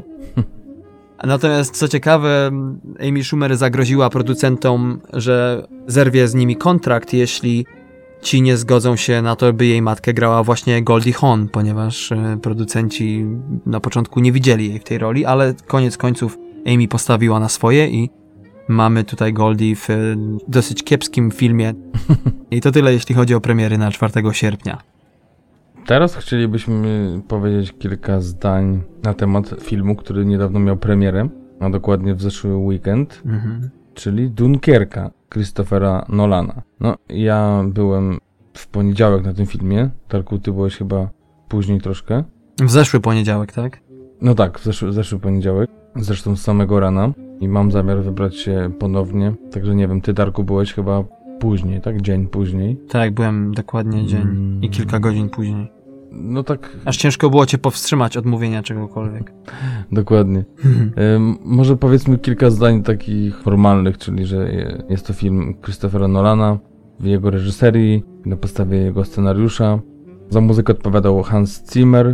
Natomiast co ciekawe, Amy Schumer zagroziła producentom, że zerwie z nimi kontrakt, jeśli ci nie zgodzą się na to, by jej matkę grała właśnie Goldie Hawn, ponieważ producenci na początku nie widzieli jej w tej roli, ale koniec końców Amy postawiła na swoje i mamy tutaj Goldie w dosyć kiepskim filmie. I to tyle, jeśli chodzi o premiery na czwartego sierpnia. Teraz chcielibyśmy powiedzieć kilka zdań na temat filmu, który niedawno miał premierę, a dokładnie w zeszły weekend, mhm. czyli Dunkierka Christophera Nolana. No, ja byłem w poniedziałek na tym filmie. Tarku, ty byłeś chyba później troszkę. W zeszły poniedziałek, tak? No tak, w zeszły, w zeszły poniedziałek. zresztą z samego rana i mam zamiar wybrać się ponownie, także nie wiem, ty Darku byłeś chyba później, tak? Dzień później. Tak, byłem dokładnie dzień mm. i kilka godzin później. No tak. Aż ciężko było cię powstrzymać od mówienia czegokolwiek. Dokładnie. Ym, może powiedzmy kilka zdań takich formalnych, czyli że jest to film Christophera Nolana w jego reżyserii, na podstawie jego scenariusza. Za muzykę odpowiadał Hans Zimmer,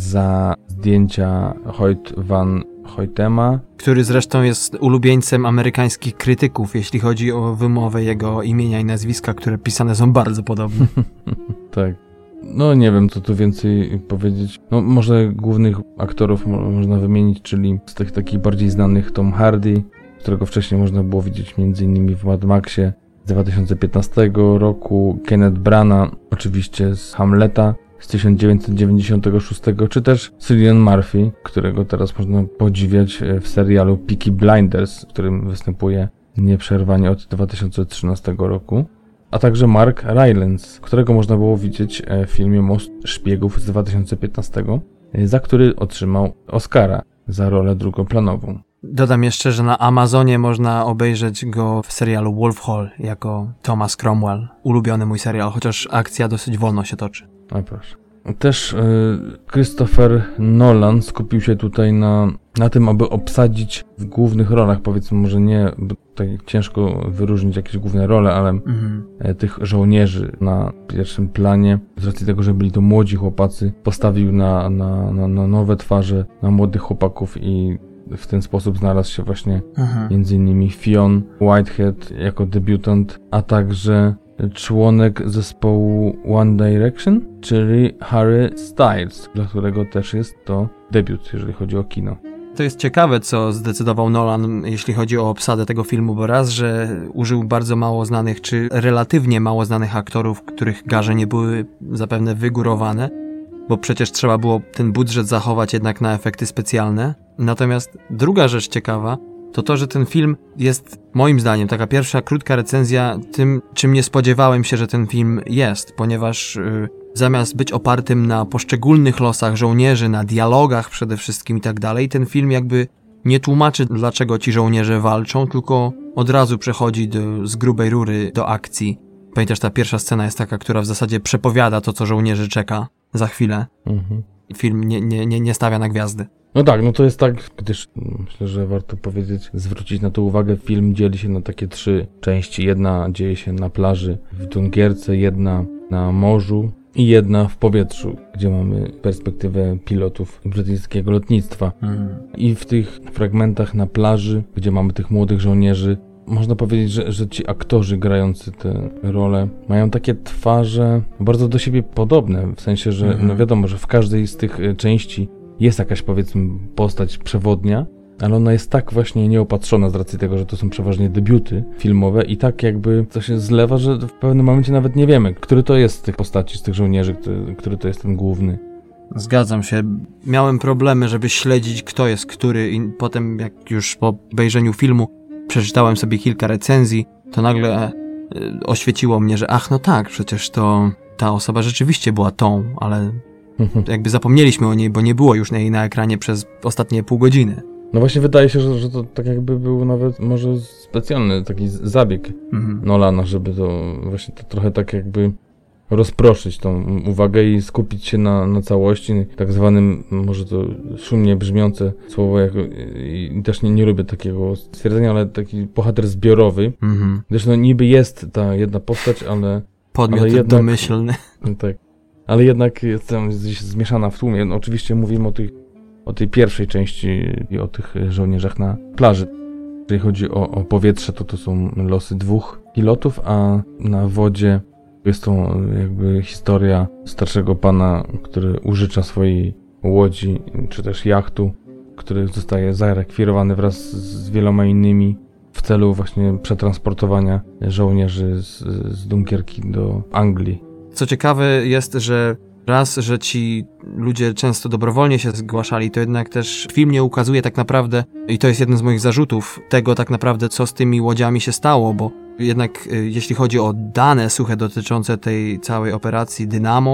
za zdjęcia Hoyt van Hoytema, który zresztą jest ulubieńcem amerykańskich krytyków, jeśli chodzi o wymowę jego imienia i nazwiska, które pisane są bardzo podobne. Tak. No nie wiem, co tu więcej powiedzieć. No może głównych aktorów mo- można wymienić, czyli z tych takich bardziej znanych Tom Hardy, którego wcześniej można było widzieć między innymi w Mad Maxie z dwa tysiące piętnastego roku, Kenneth Branagh oczywiście z Hamleta z tysiąc dziewięćset dziewięćdziesiątego szóstego, czy też Cillian Murphy, którego teraz można podziwiać w serialu Peaky Blinders, w którym występuje nieprzerwanie od dwa tysiące trzynastego roku. A także Mark Rylance, którego można było widzieć w filmie Most Szpiegów z dwa tysiące piętnastego, za który otrzymał Oscara za rolę drugoplanową. Dodam jeszcze, że na Amazonie można obejrzeć go w serialu Wolf Hall jako Thomas Cromwell. Ulubiony mój serial, chociaż akcja dosyć wolno się toczy. A proszę. Też y, Christopher Nolan skupił się tutaj na, na tym, aby obsadzić w głównych rolach, powiedzmy może nie, bo tutaj ciężko wyróżnić jakieś główne role, ale mhm. tych żołnierzy na pierwszym planie, z racji tego, że byli to młodzi chłopacy, postawił na, na, na, na nowe twarze, na młodych chłopaków i w ten sposób znalazł się właśnie mhm. między innymi Fionn Whitehead jako debiutant, a także członek zespołu One Direction, czyli Harry Styles, dla którego też jest to debiut, jeżeli chodzi o kino. To jest ciekawe, co zdecydował Nolan, jeśli chodzi o obsadę tego filmu, bo raz, że użył bardzo mało znanych, czy relatywnie mało znanych aktorów, których garze nie były zapewne wygórowane, bo przecież trzeba było ten budżet zachować jednak na efekty specjalne. Natomiast druga rzecz ciekawa, to to, że ten film jest, moim zdaniem, taka pierwsza krótka recenzja tym, czym nie spodziewałem się, że ten film jest, ponieważ yy, zamiast być opartym na poszczególnych losach żołnierzy, na dialogach przede wszystkim i tak dalej, ten film jakby nie tłumaczy, dlaczego ci żołnierze walczą, tylko od razu przechodzi do, z grubej rury do akcji. Pamiętasz, ta pierwsza scena jest taka, która w zasadzie przepowiada to, co żołnierzy czeka za chwilę. Mhm. Film nie, nie, nie, nie stawia na gwiazdy. No tak, no to jest tak, gdyż myślę, że warto powiedzieć, zwrócić na to uwagę, film dzieli się na takie trzy części. Jedna dzieje się na plaży w Dunkierce, jedna na morzu i jedna w powietrzu, gdzie mamy perspektywę pilotów brytyjskiego lotnictwa. Mhm. I w tych fragmentach na plaży, gdzie mamy tych młodych żołnierzy, można powiedzieć, że, że ci aktorzy grający te role mają takie twarze bardzo do siebie podobne, w sensie, że mhm. no wiadomo, że w każdej z tych części jest jakaś, powiedzmy, postać przewodnia, ale ona jest tak właśnie nieopatrzona z racji tego, że to są przeważnie debiuty filmowe i tak jakby to się zlewa, że w pewnym momencie nawet nie wiemy, który to jest z tych postaci, z tych żołnierzy, który, który to jest ten główny. Zgadzam się. Miałem problemy, żeby śledzić, kto jest który i potem, jak już po obejrzeniu filmu przeczytałem sobie kilka recenzji, to nagle y, oświeciło mnie, że ach, no tak, przecież to ta osoba rzeczywiście była tą, ale jakby zapomnieliśmy o niej, bo nie było już jej na ekranie przez ostatnie pół godziny. No właśnie wydaje się, że, że to tak jakby był nawet może specjalny taki zabieg mhm. Nolana, żeby to właśnie to trochę tak jakby rozproszyć tą uwagę i skupić się na, na całości, tak zwanym, może to szumnie brzmiące słowo, jako, i, i też nie, nie lubię takiego stwierdzenia, ale taki bohater zbiorowy, mhm. gdyż no niby jest ta jedna postać, ale... Podmiot ale jednak, domyślny. Tak. Ale jednak jest tam gdzieś zmieszana w tłumie. No, oczywiście mówimy o tej, o tej pierwszej części i o tych żołnierzach na plaży. Jeżeli chodzi o, o powietrze, to to są losy dwóch pilotów, a na wodzie jest to jakby historia starszego pana, który użycza swojej łodzi, czy też jachtu, który zostaje zarekwirowany wraz z wieloma innymi w celu właśnie przetransportowania żołnierzy z, z Dunkierki do Anglii. Co ciekawe jest, że raz, że ci ludzie często dobrowolnie się zgłaszali, to jednak też film nie ukazuje tak naprawdę, i to jest jeden z moich zarzutów, tego tak naprawdę, co z tymi łodziami się stało, bo jednak jeśli chodzi o dane suche dotyczące tej całej operacji Dynamo,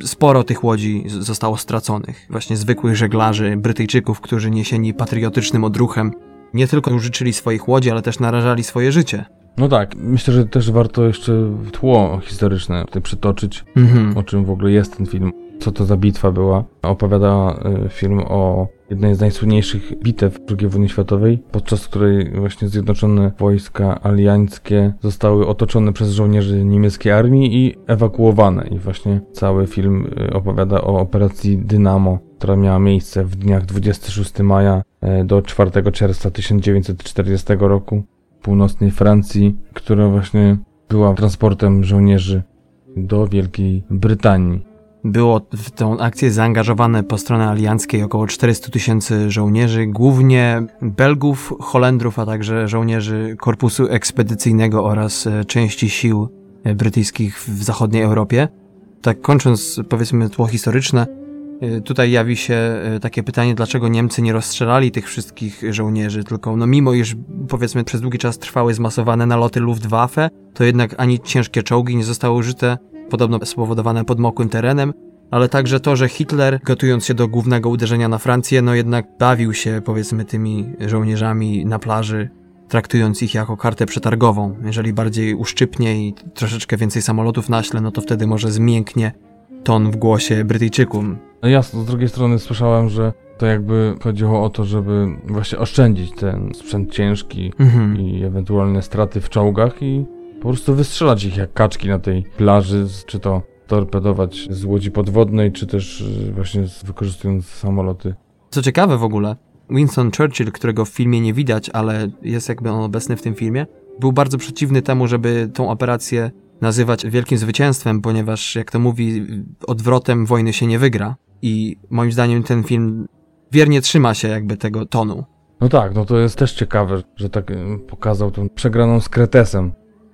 sporo tych łodzi zostało straconych. Właśnie zwykłych żeglarzy, Brytyjczyków, którzy niesieni patriotycznym odruchem nie tylko użyczyli swoich łodzi, ale też narażali swoje życie. No tak, myślę, że też warto jeszcze tło historyczne tutaj przytoczyć, mhm. o czym w ogóle jest ten film, co to za bitwa była. Opowiada film o jednej z najsłynniejszych bitew drugiej wojny światowej, podczas której właśnie zjednoczone wojska alianckie zostały otoczone przez żołnierzy niemieckiej armii i ewakuowane. I właśnie cały film opowiada o operacji Dynamo, która miała miejsce w dniach dwudziestego szóstego maja do czwartego czerwca tysiąc dziewięćset czterdziestego roku w północnej Francji, która właśnie była transportem żołnierzy do Wielkiej Brytanii. Było w tę akcję zaangażowane po stronie alianckiej około czterysta tysięcy żołnierzy, głównie Belgów, Holendrów, a także żołnierzy Korpusu Ekspedycyjnego oraz części sił brytyjskich w zachodniej Europie. Tak kończąc, powiedzmy, tło historyczne, tutaj jawi się takie pytanie, dlaczego Niemcy nie rozstrzelali tych wszystkich żołnierzy, tylko no mimo iż powiedzmy przez długi czas trwały zmasowane naloty Luftwaffe, to jednak ani ciężkie czołgi nie zostały użyte, podobno spowodowane podmokłym terenem, ale także to, że Hitler, gotując się do głównego uderzenia na Francję, no jednak bawił się powiedzmy tymi żołnierzami na plaży, traktując ich jako kartę przetargową. Jeżeli bardziej uszczypnie i troszeczkę więcej samolotów naśle, no to wtedy może zmięknie ton w głosie Brytyjczykom. No ja z drugiej strony słyszałem, że to jakby chodziło o to, żeby właśnie oszczędzić ten sprzęt ciężki mhm. i ewentualne straty w czołgach i po prostu wystrzelać ich jak kaczki na tej plaży, czy to torpedować z łodzi podwodnej, czy też właśnie wykorzystując samoloty. Co ciekawe w ogóle, Winston Churchill, którego w filmie nie widać, ale jest jakby on obecny w tym filmie, był bardzo przeciwny temu, żeby tą operację nazywać wielkim zwycięstwem, ponieważ, jak to mówi, odwrotem wojny się nie wygra. I moim zdaniem ten film wiernie trzyma się jakby tego tonu. No tak, no to jest też ciekawe, że tak pokazał tą przegraną z Kretesem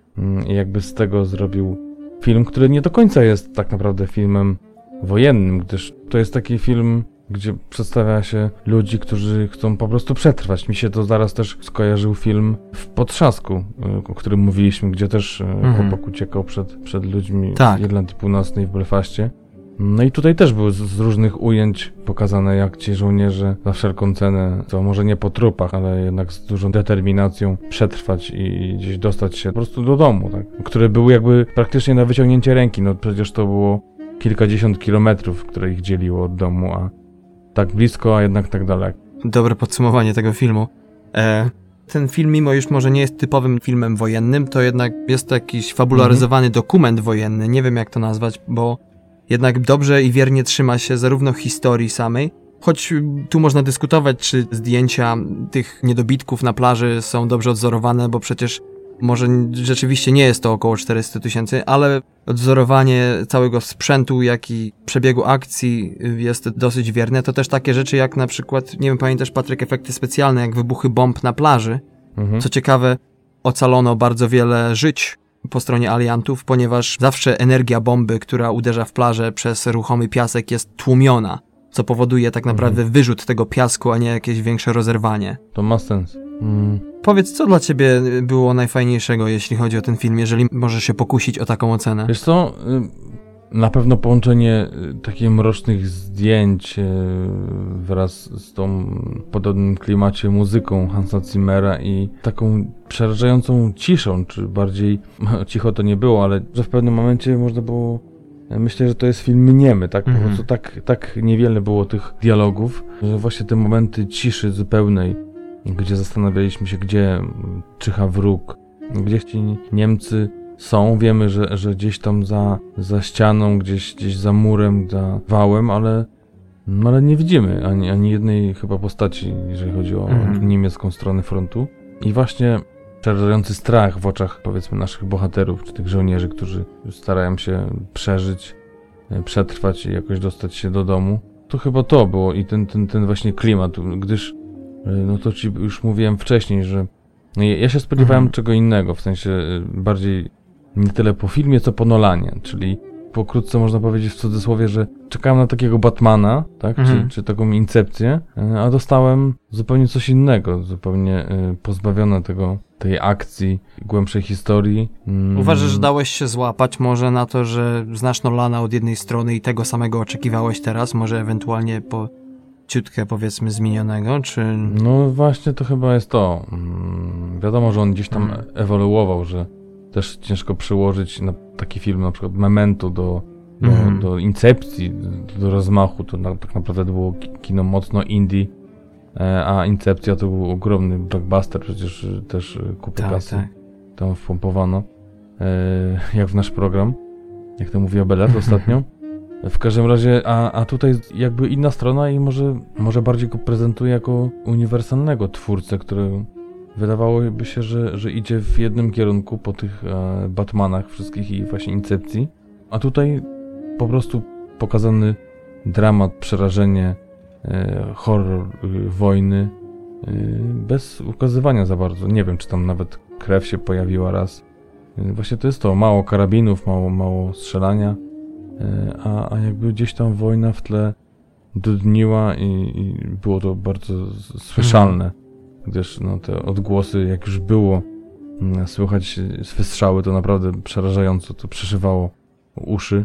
i jakby z tego zrobił film, który nie do końca jest tak naprawdę filmem wojennym, gdyż to jest taki film, gdzie przedstawia się ludzi, którzy chcą po prostu przetrwać. Mi się to zaraz też skojarzył film W Potrzasku, o którym mówiliśmy, gdzie też mhm. chłopak uciekał przed, przed ludźmi tak. w Irlandii Północnej, w Belfaście. No i tutaj też były z, z różnych ujęć pokazane, jak ci żołnierze za wszelką cenę, co może nie po trupach, ale jednak z dużą determinacją przetrwać i gdzieś dostać się po prostu do domu, tak? Które były jakby praktycznie na wyciągnięcie ręki. No przecież to było kilkadziesiąt kilometrów, które ich dzieliło od domu, a tak blisko, a jednak tak daleko. Dobre podsumowanie tego filmu. E, ten film, mimo już może nie jest typowym filmem wojennym, to jednak jest to jakiś fabularyzowany mhm. dokument wojenny, nie wiem jak to nazwać, bo jednak dobrze i wiernie trzyma się zarówno historii samej, choć tu można dyskutować, czy zdjęcia tych niedobitków na plaży są dobrze odzorowane, bo przecież może rzeczywiście nie jest to około czterysta tysięcy, ale odzorowanie całego sprzętu, jak i przebiegu akcji jest dosyć wierne. To też takie rzeczy jak na przykład, nie wiem, pamiętasz Patryk, efekty specjalne, jak wybuchy bomb na plaży. Mhm. Co ciekawe, ocalono bardzo wiele żyć po stronie aliantów, ponieważ zawsze energia bomby, która uderza w plażę przez ruchomy piasek, jest tłumiona, co powoduje tak naprawdę mhm. wyrzut tego piasku, a nie jakieś większe rozerwanie. To ma sens. Mm. Powiedz, co dla ciebie było najfajniejszego, jeśli chodzi o ten film, jeżeli możesz się pokusić o taką ocenę? Wiesz co, na pewno połączenie takich mrocznych zdjęć wraz z tą podobnym klimacie muzyką Hansa Zimmera i taką przerażającą ciszą, czy bardziej cicho to nie było, ale że w pewnym momencie można było, myślę, że to jest film niemy, tak? Po Mhm. prostu tak, tak niewiele było tych dialogów, że właśnie te momenty ciszy zupełnej, gdzie zastanawialiśmy się, gdzie czyha wróg, gdzie ci Niemcy są. Wiemy, że, że gdzieś tam za, za ścianą, gdzieś, gdzieś za murem, za wałem, ale, no ale nie widzimy ani, ani jednej chyba postaci, jeżeli chodzi o mhm. niemiecką stronę frontu. I właśnie przerażający strach w oczach, powiedzmy, naszych bohaterów, czy tych żołnierzy, którzy starają się przeżyć, przetrwać i jakoś dostać się do domu. To chyba to było i ten, ten, ten właśnie klimat, gdyż no to ci już mówiłem wcześniej, że ja się spodziewałem mhm. czego innego, w sensie bardziej nie tyle po filmie, co po Nolanie, czyli pokrótce można powiedzieć w cudzysłowie, że czekałem na takiego Batmana, tak, mhm. czy, czy taką incepcję, a dostałem zupełnie coś innego, zupełnie pozbawione tego, tej akcji, głębszej historii. Uważasz, że dałeś się złapać może na to, że znasz Nolana od jednej strony i tego samego oczekiwałeś teraz, może ewentualnie po ciutkę, powiedzmy, zmienionego, czy... No właśnie to chyba jest to. Hmm, wiadomo, że on gdzieś tam hmm. ewoluował, że też ciężko przyłożyć na taki film, na przykład Memento do, do, mm. do Incepcji, do rozmachu, to na, tak naprawdę było kino mocno indie, a Incepcja to był ogromny blockbuster, przecież też kupę tak, kasy tak. tam wpompowano, jak w nasz program, jak to mówiła Belet ostatnio. W każdym razie, a, a tutaj jakby inna strona i może, może bardziej go prezentuje jako uniwersalnego twórcę, który wydawałoby się, że, że idzie w jednym kierunku po tych e, Batmanach wszystkich i właśnie Incepcji, a tutaj po prostu pokazany dramat, przerażenie, e, horror e, wojny, e, bez ukazywania za bardzo. Nie wiem, czy tam nawet krew się pojawiła raz. E, właśnie to jest to, mało karabinów, mało, mało strzelania, e, a, a jakby gdzieś tam wojna w tle dudniła i, i było to bardzo słyszalne. Gdyż no, te odgłosy, jak już było słychać wystrzały, to naprawdę przerażająco to przeszywało uszy.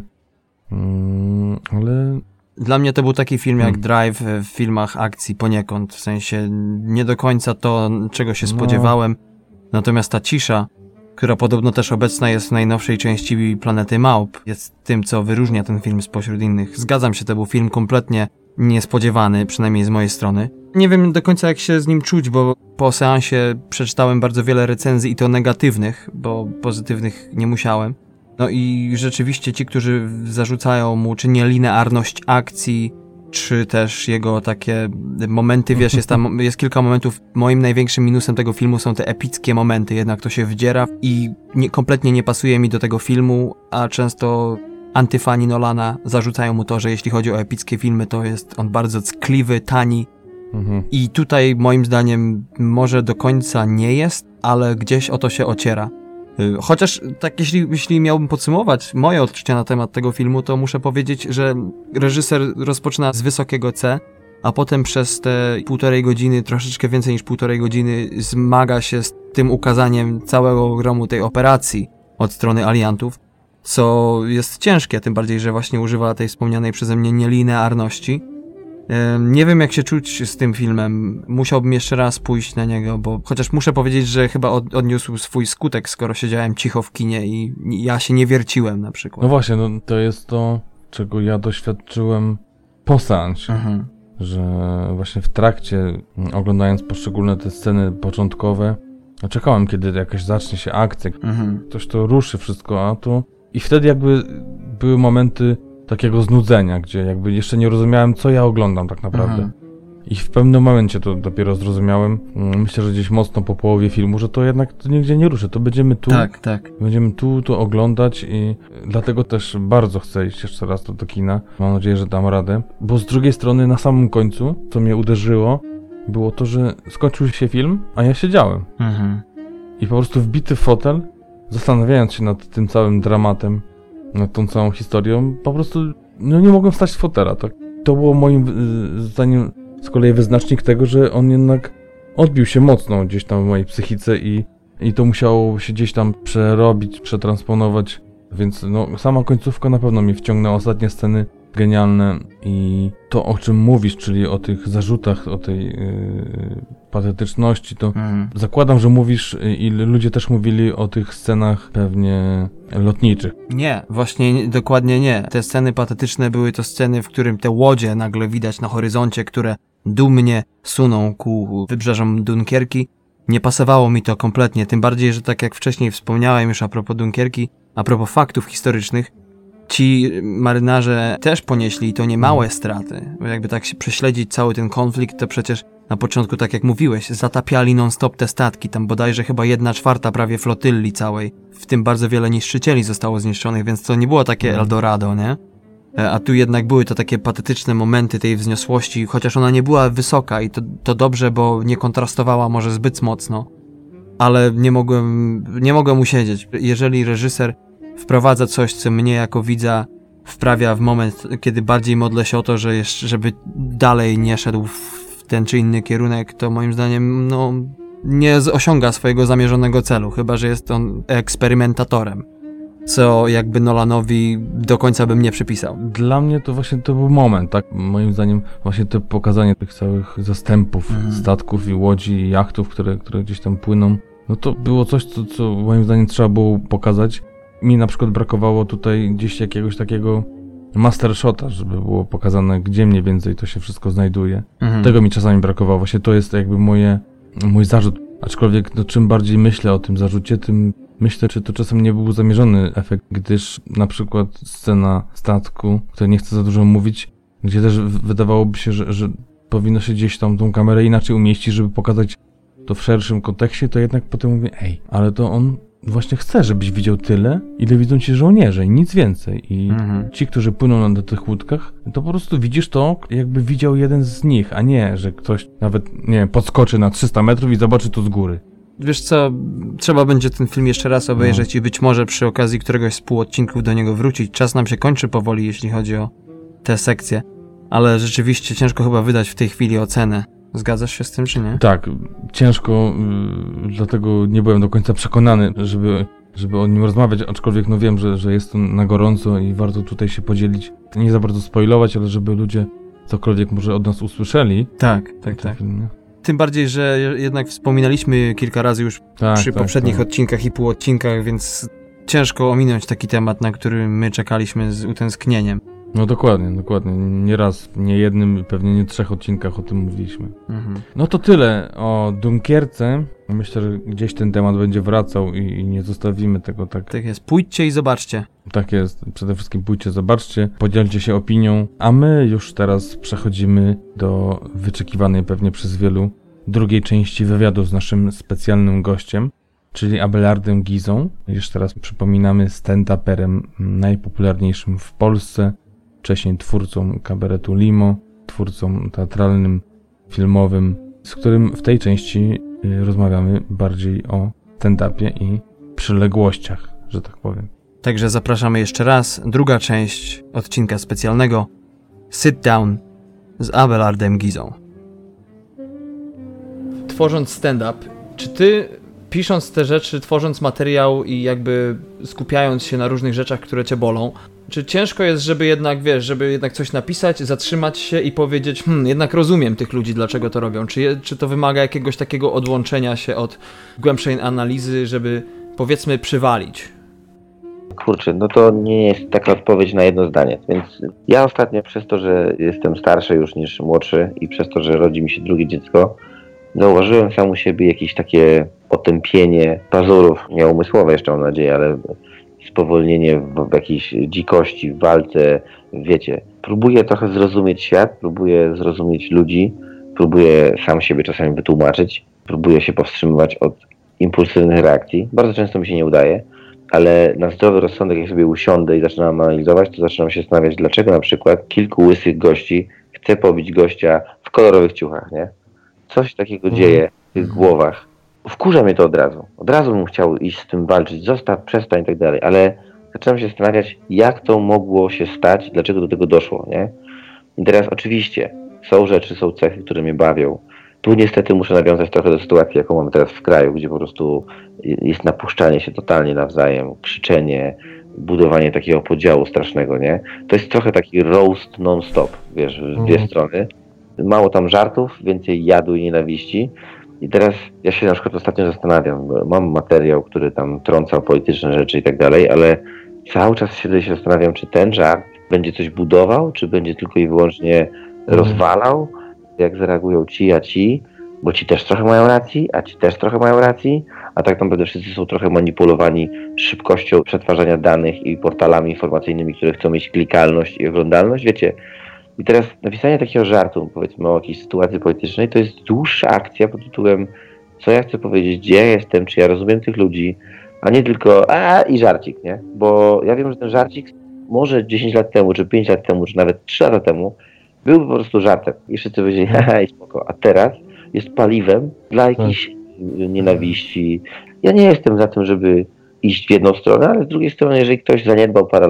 Mm, ale... Dla mnie to był taki film jak Drive w filmach akcji poniekąd, w sensie nie do końca to, czego się spodziewałem. Natomiast ta cisza, która podobno też obecna jest w najnowszej części Planety Małp, jest tym, co wyróżnia ten film spośród innych. Zgadzam się, to był film kompletnie niespodziewany, przynajmniej z mojej strony. Nie wiem do końca, jak się z nim czuć, bo po seansie przeczytałem bardzo wiele recenzji i to negatywnych, bo pozytywnych nie musiałem. No i rzeczywiście ci, którzy zarzucają mu czy nielinearność akcji, czy też jego takie momenty, wiesz, jest tam, jest kilka momentów, moim największym minusem tego filmu są te epickie momenty, jednak to się wdziera i nie, kompletnie nie pasuje mi do tego filmu, a często antyfani Nolana zarzucają mu to, że jeśli chodzi o epickie filmy, to jest on bardzo ckliwy, tani. Mhm. I tutaj moim zdaniem może do końca nie jest, ale gdzieś o to się ociera. Chociaż tak jeśli, jeśli miałbym podsumować moje odczucia na temat tego filmu, to muszę powiedzieć, że reżyser rozpoczyna z wysokiego C, a potem przez te półtorej godziny, troszeczkę więcej niż półtorej godziny zmaga się z tym ukazaniem całego ogromu tej operacji od strony aliantów, co jest ciężkie, tym bardziej, że właśnie używa tej wspomnianej przeze mnie nielinearności. Nie wiem, jak się czuć z tym filmem. Musiałbym jeszcze raz pójść na niego, bo chociaż muszę powiedzieć, że chyba od, odniósł swój skutek, skoro siedziałem cicho w kinie i ja się nie wierciłem na przykład. No właśnie, no to jest to, czego ja doświadczyłem po seansie. Mhm. Że właśnie w trakcie, oglądając poszczególne te sceny początkowe, czekałem, kiedy jakaś zacznie się akcja, mhm. ktoś to ruszy wszystko, a tu... I wtedy jakby były momenty takiego znudzenia, gdzie jakby jeszcze nie rozumiałem, co ja oglądam tak naprawdę. Mhm. I w pewnym momencie to dopiero zrozumiałem, myślę, że gdzieś mocno po połowie filmu, że to jednak to nigdzie nie ruszy, to będziemy tu, tak, tak. będziemy tu, to oglądać i dlatego też bardzo chcę iść jeszcze raz do, do kina. Mam nadzieję, że dam radę, bo z drugiej strony na samym końcu, co mnie uderzyło, było to, że skończył się film, a ja siedziałem. Mhm. I po prostu wbity w fotel, zastanawiając się nad tym całym dramatem, nad tą całą historią, po prostu no nie mogłem wstać z fotela. Tak? To było moim zdaniem z kolei wyznacznik tego, że on jednak odbił się mocno gdzieś tam w mojej psychice i, i to musiało się gdzieś tam przerobić, przetransponować, więc no sama końcówka na pewno mnie wciągnęła, ostatnie sceny genialne i to, o czym mówisz, czyli o tych zarzutach, o tej yy, patetyczności, to mm. zakładam, że mówisz i ludzie też mówili o tych scenach pewnie lotniczych. Nie, właśnie dokładnie nie. Te sceny patetyczne były to sceny, w którym te łodzie nagle widać na horyzoncie, które dumnie suną ku wybrzeżom Dunkierki. Nie pasowało mi to kompletnie, tym bardziej, że tak jak wcześniej wspomniałem już a propos Dunkierki, a propos faktów historycznych, ci marynarze też ponieśli to niemałe straty, bo jakby tak się prześledzić cały ten konflikt, to przecież na początku, tak jak mówiłeś, zatapiali non-stop te statki, tam bodajże chyba jedna czwarta prawie flotylli całej, w tym bardzo wiele niszczycieli zostało zniszczonych, więc to nie było takie Eldorado, nie? A tu jednak były to takie patetyczne momenty tej wzniosłości, chociaż ona nie była wysoka i to, to dobrze, bo nie kontrastowała może zbyt mocno, ale nie mogłem, nie mogłem usiedzieć. Jeżeli reżyser wprowadza coś, co mnie jako widza wprawia w moment, kiedy bardziej modlę się o to, że jeszcze, żeby dalej nie szedł w ten czy inny kierunek, to moim zdaniem no, nie osiąga swojego zamierzonego celu, chyba że jest on eksperymentatorem, co jakby Nolanowi do końca bym nie przypisał. Dla mnie to właśnie to był moment, tak? Moim zdaniem właśnie to pokazanie tych całych zastępów, mhm. statków i łodzi i jachtów, które, które gdzieś tam płyną, no to było coś, co, co moim zdaniem trzeba było pokazać. Mi na przykład brakowało tutaj gdzieś jakiegoś takiego master shota, żeby było pokazane, gdzie mniej więcej to się wszystko znajduje. Mhm. Tego mi czasami brakowało. Właśnie to jest jakby moje, mój zarzut. Aczkolwiek no, czym bardziej myślę o tym zarzucie, tym myślę, czy to czasem nie był zamierzony efekt, gdyż na przykład scena statku, o której nie chcę za dużo mówić, gdzie też wydawałoby się, że, że powinno się gdzieś tam tą kamerę inaczej umieścić, żeby pokazać to w szerszym kontekście, to jednak potem mówię, ej, ale to on właśnie chce, żebyś widział tyle, ile widzą ci żołnierze i nic więcej. I mhm. ci, którzy płyną na tych łódkach, to po prostu widzisz to, jakby widział jeden z nich, a nie, że ktoś nawet, nie wiem, podskoczy na trzysta metrów i zobaczy to z góry. Wiesz co, trzeba będzie ten film jeszcze raz obejrzeć no. i być może przy okazji któregoś z półodcinków do niego wrócić. Czas nam się kończy powoli, jeśli chodzi o tę sekcję, ale rzeczywiście ciężko chyba wydać w tej chwili ocenę. Zgadzasz się z tym, czy nie? Tak, ciężko, yy, dlatego nie byłem do końca przekonany, żeby, żeby o nim rozmawiać, aczkolwiek no wiem, że, że jest to na gorąco i warto tutaj się podzielić. Nie za bardzo spoilować, ale żeby ludzie cokolwiek może od nas usłyszeli. Tak, tak, tak. Film, tym bardziej, że jednak wspominaliśmy kilka razy już tak, przy tak, poprzednich tak. odcinkach i półodcinkach, więc ciężko ominąć taki temat, na który my czekaliśmy z utęsknieniem. No dokładnie, dokładnie. Nie raz, nie jednym, pewnie nie trzech odcinkach o tym mówiliśmy. Mhm. No to tyle o Dunkierce. Myślę, że gdzieś ten temat będzie wracał i, i nie zostawimy tego tak. Tak jest. Pójdźcie i zobaczcie. Tak jest. Przede wszystkim pójdźcie, zobaczcie, podzielcie się opinią, a my już teraz przechodzimy do wyczekiwanej pewnie przez wielu drugiej części wywiadu z naszym specjalnym gościem, czyli Abelardem Gizą. Jeszcze raz przypominamy, stand-uperem najpopularniejszym w Polsce, wcześniej twórcą kabaretu Limo, twórcą teatralnym, filmowym, z którym w tej części rozmawiamy bardziej o stand-upie i przyległościach, że tak powiem. Także zapraszamy jeszcze raz. Druga część odcinka specjalnego Sit Down z Abelardem Gizą. Tworząc stand-up, czy ty pisząc te rzeczy, tworząc materiał i jakby skupiając się na różnych rzeczach, które cię bolą, czy ciężko jest, żeby jednak, wiesz, żeby jednak coś napisać, zatrzymać się i powiedzieć, hmm, jednak rozumiem tych ludzi, dlaczego to robią? Czy, je, czy to wymaga jakiegoś takiego odłączenia się od głębszej analizy, żeby, powiedzmy, przywalić? Kurczę, no to nie jest taka odpowiedź na jedno zdanie, więc ja ostatnio przez to, że jestem starszy już niż młodszy i przez to, że rodzi mi się drugie dziecko, zauważyłem sam u siebie jakieś takie otępienie pazurów, nieumysłowe jeszcze mam nadzieję, ale spowolnienie w, w jakiejś dzikości, w walce, wiecie. Próbuję trochę zrozumieć świat, próbuję zrozumieć ludzi, próbuję sam siebie czasami wytłumaczyć, próbuję się powstrzymywać od impulsywnych reakcji. Bardzo często mi się nie udaje, ale na zdrowy rozsądek, jak sobie usiądę i zaczynam analizować, to zaczynam się zastanawiać, dlaczego na przykład kilku łysych gości chce pobić gościa w kolorowych ciuchach, nie? Coś takiego mm. dzieje w tych głowach. Wkurza mnie to od razu. Od razu bym chciał iść z tym walczyć, zostaw, przestań i tak dalej, ale zacząłem się zastanawiać, jak to mogło się stać, dlaczego do tego doszło, nie? I teraz oczywiście są rzeczy, są cechy, które mnie bawią. Tu niestety muszę nawiązać trochę do sytuacji, jaką mamy teraz w kraju, gdzie po prostu jest napuszczanie się totalnie nawzajem, krzyczenie, budowanie takiego podziału strasznego, nie? To jest trochę taki roast non-stop, wiesz, w dwie strony. Mało tam żartów, więcej jadu i nienawiści. I teraz ja się na przykład ostatnio zastanawiam, bo mam materiał, który tam trącał polityczne rzeczy i tak dalej, ale cały czas siedzę i się zastanawiam, czy ten żart będzie coś budował, czy będzie tylko i wyłącznie mm. rozwalał, jak zareagują ci, a ci, bo ci też trochę mają racji, a ci też trochę mają racji, a tak naprawdę wszyscy są trochę manipulowani szybkością przetwarzania danych i portalami informacyjnymi, które chcą mieć klikalność i oglądalność, wiecie. I teraz napisanie takiego żartu, powiedzmy o jakiejś sytuacji politycznej, to jest dłuższa akcja pod tytułem, co ja chcę powiedzieć, gdzie ja jestem, czy ja rozumiem tych ludzi, a nie tylko a i żarcik, nie? Bo ja wiem, że ten żarcik może dziesięć lat temu, czy pięć lat temu, czy nawet trzy lata temu byłby po prostu żartem i wszyscy powiedzieli, haha i spoko, a teraz jest paliwem dla jakiejś hmm. nienawiści. Ja nie jestem za tym, żeby iść w jedną stronę, ale z drugiej strony, jeżeli ktoś zaniedbał parę lat,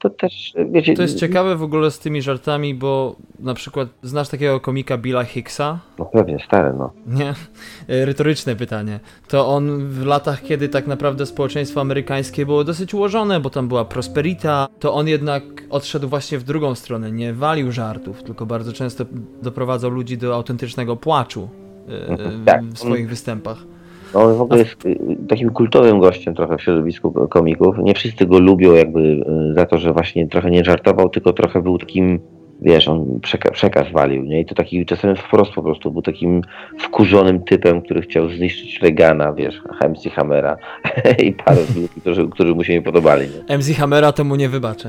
to też, wiecie... To jest ciekawe w ogóle z tymi żartami, bo na przykład znasz takiego komika Billa Hicksa? No pewnie, stary, no. Nie? Retoryczne pytanie. To on w latach, kiedy tak naprawdę społeczeństwo amerykańskie było dosyć ułożone, bo tam była prosperita, to on jednak odszedł właśnie w drugą stronę. Nie walił żartów, tylko bardzo często doprowadzał ludzi do autentycznego płaczu Mhm, tak. w swoich występach. No on w ogóle jest takim kultowym gościem trochę w środowisku komików. Nie wszyscy go lubią jakby za to, że właśnie trochę nie żartował, tylko trochę był takim, wiesz, on przeka- przekaz walił, nie? I to taki czasem wprost po prostu był takim wkurzonym typem, który chciał zniszczyć Reagana, wiesz, M C Hammera i parę ludzi, którzy, którzy mu się nie podobali. Nie? M C Hammera to mu nie wybaczę.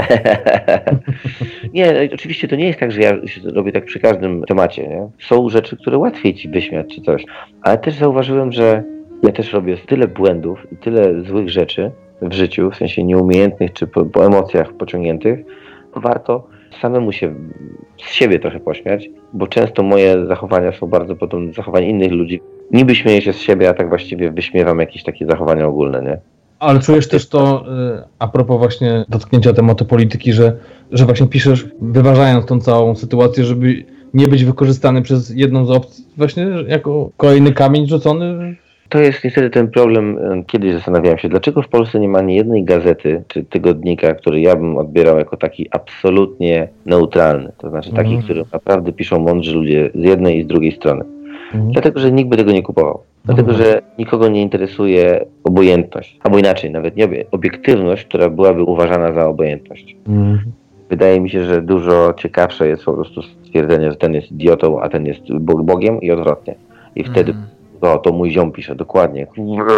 Nie, oczywiście to nie jest tak, że ja robię tak przy każdym temacie, nie? Są rzeczy, które łatwiej ci wyśmiać czy coś, ale też zauważyłem, że ja też robię tyle błędów i tyle złych rzeczy w życiu, w sensie nieumiejętnych czy po, po emocjach pociągniętych, warto samemu się z siebie trochę pośmiać, bo często moje zachowania są bardzo podobne do zachowań innych ludzi. Niby śmieję się z siebie, a tak właściwie wyśmiewam jakieś takie zachowania ogólne, nie? Ale czujesz też to, a propos właśnie dotknięcia tematu polityki, że, że właśnie piszesz, wyważając tą całą sytuację, żeby nie być wykorzystany przez jedną z opcji, właśnie jako kolejny kamień rzucony? To jest niestety ten problem. Kiedyś zastanawiałem się, dlaczego w Polsce nie ma ani jednej gazety czy tygodnika, który ja bym odbierał jako taki absolutnie neutralny. To znaczy taki, mm. który naprawdę piszą mądrzy ludzie z jednej i z drugiej strony. Mm. Dlatego, że nikt by tego nie kupował. Dlatego, mm. że nikogo nie interesuje obojętność. Albo inaczej, nawet nie obiektywność, która byłaby uważana za obojętność. Mm. Wydaje mi się, że dużo ciekawsze jest po prostu stwierdzenie, że ten jest idiotą, a ten jest Bogiem i odwrotnie. I wtedy mm. to, to mój ziom pisze, dokładnie.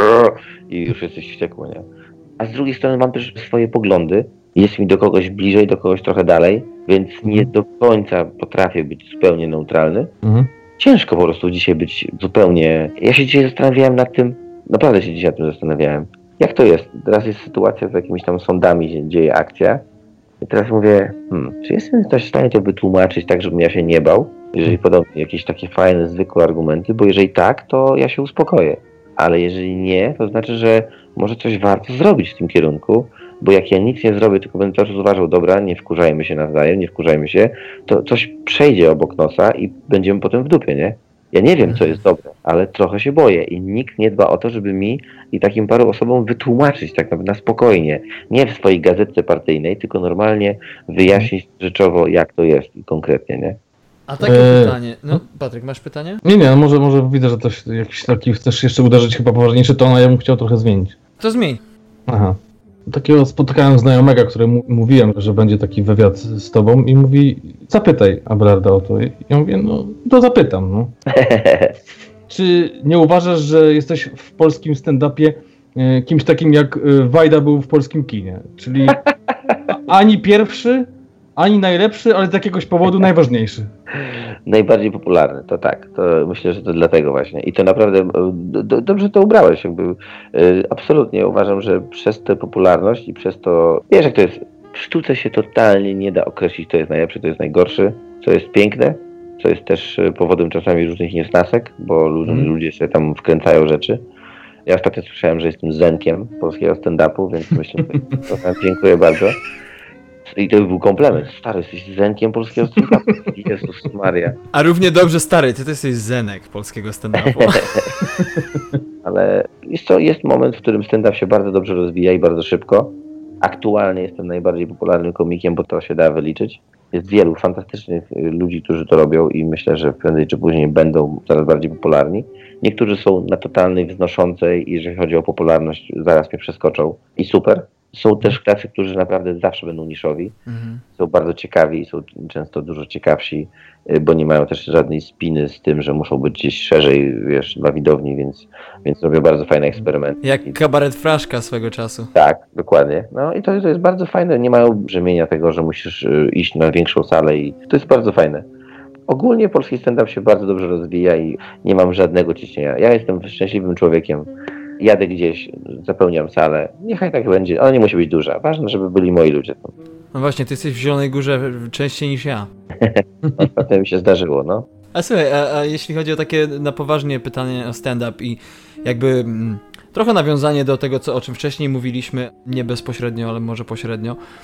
I już jesteś wściekły, nie? A z drugiej strony mam też swoje poglądy. Jest mi do kogoś bliżej, do kogoś trochę dalej, więc nie do końca potrafię być zupełnie neutralny. Mhm. Ciężko po prostu dzisiaj być zupełnie... Ja się dzisiaj zastanawiałem nad tym, naprawdę się dzisiaj nad tym zastanawiałem. Jak to jest? Teraz jest sytuacja z jakimiś tam sądami, się dzieje akcja. I teraz mówię, hmm, czy jestem ktoś w stanie to wytłumaczyć tak, żebym ja się nie bał? Jeżeli podał mi jakieś takie fajne, zwykłe argumenty, bo jeżeli tak, to ja się uspokoję. Ale jeżeli nie, to znaczy, że może coś warto zrobić w tym kierunku, bo jak ja nic nie zrobię, tylko będę cały czas uważał, dobra, nie wkurzajmy się nawzajem, nie wkurzajmy się, to coś przejdzie obok nosa i będziemy potem w dupie, nie? Ja nie wiem, co jest dobre, ale trochę się boję i nikt nie dba o to, żeby mi i takim paru osobom wytłumaczyć tak naprawdę na spokojnie. Nie w swojej gazetce partyjnej, tylko normalnie wyjaśnić rzeczowo, jak to jest i konkretnie, nie? A takie e... pytanie. No, Patryk, masz pytanie? Nie, nie, no może, może widzę, że coś, jakiś taki chcesz jeszcze uderzyć chyba poważniejszy ton, a ja bym chciał trochę zmienić. To zmień. Aha. Takiego spotykałem znajomego, któremu mówiłem, że będzie taki wywiad z tobą i mówi, zapytaj Abelarda o to. I ja mówię, no to zapytam, no. Czy nie uważasz, że jesteś w polskim stand-upie e, kimś takim jak e, Wajda był w polskim kinie? Czyli ani pierwszy, ani najlepszy, ale z jakiegoś powodu najważniejszy. Najbardziej popularny, to tak. To myślę, że to dlatego właśnie. I to naprawdę do, dobrze to ubrałeś. Jakby, yy, absolutnie uważam, że przez tę popularność i przez to... Wiesz, jak to jest? W sztuce się totalnie nie da określić, co jest najlepsze, co jest najgorsze, co jest piękne, co jest też powodem czasami różnych niesnasek, bo ludzie, mm. ludzie sobie tam wkręcają rzeczy. Ja ostatnio słyszałem, że jestem zenkiem polskiego stand-upu, więc myślę, że dziękuję bardzo. I to był komplement. Stary, jesteś zenkiem polskiego stand-upu. Jezus Maria. A równie dobrze, stary, ty to jesteś zenek polskiego stand-upu. Ale jest, to, jest moment, w którym stand-up się bardzo dobrze rozwija i bardzo szybko. Aktualnie jestem najbardziej popularnym komikiem, bo to się da wyliczyć. Jest wielu fantastycznych ludzi, którzy to robią i myślę, że prędzej czy później będą coraz bardziej popularni. Niektórzy są na totalnej wznoszącej i jeżeli chodzi o popularność, zaraz mnie przeskoczą i super. Są też tacy, którzy naprawdę zawsze będą niszowi, mhm. są bardzo ciekawi i są często dużo ciekawsi, bo nie mają też żadnej spiny z tym, że muszą być gdzieś szerzej, wiesz, na widowni, więc, więc robią bardzo fajne eksperymenty. Jak kabaret Fraszka swego czasu. Tak, dokładnie. No i to, to jest bardzo fajne, nie mają brzemienia tego, że musisz iść na większą salę i to jest bardzo fajne. Ogólnie polski stand-up się bardzo dobrze rozwija i nie mam żadnego ciśnienia. Ja jestem szczęśliwym człowiekiem. Jadę gdzieś, zapełniam salę, niechaj tak będzie, ona nie musi być duża. Ważne, żeby byli moi ludzie. No właśnie, ty jesteś w Zielonej Górze częściej niż ja. Ostatnio mi się zdarzyło, no. A słuchaj, a, a jeśli chodzi o takie na poważnie pytanie o stand-up i jakby mm, trochę nawiązanie do tego, co, o czym wcześniej mówiliśmy, nie bezpośrednio, ale może pośrednio.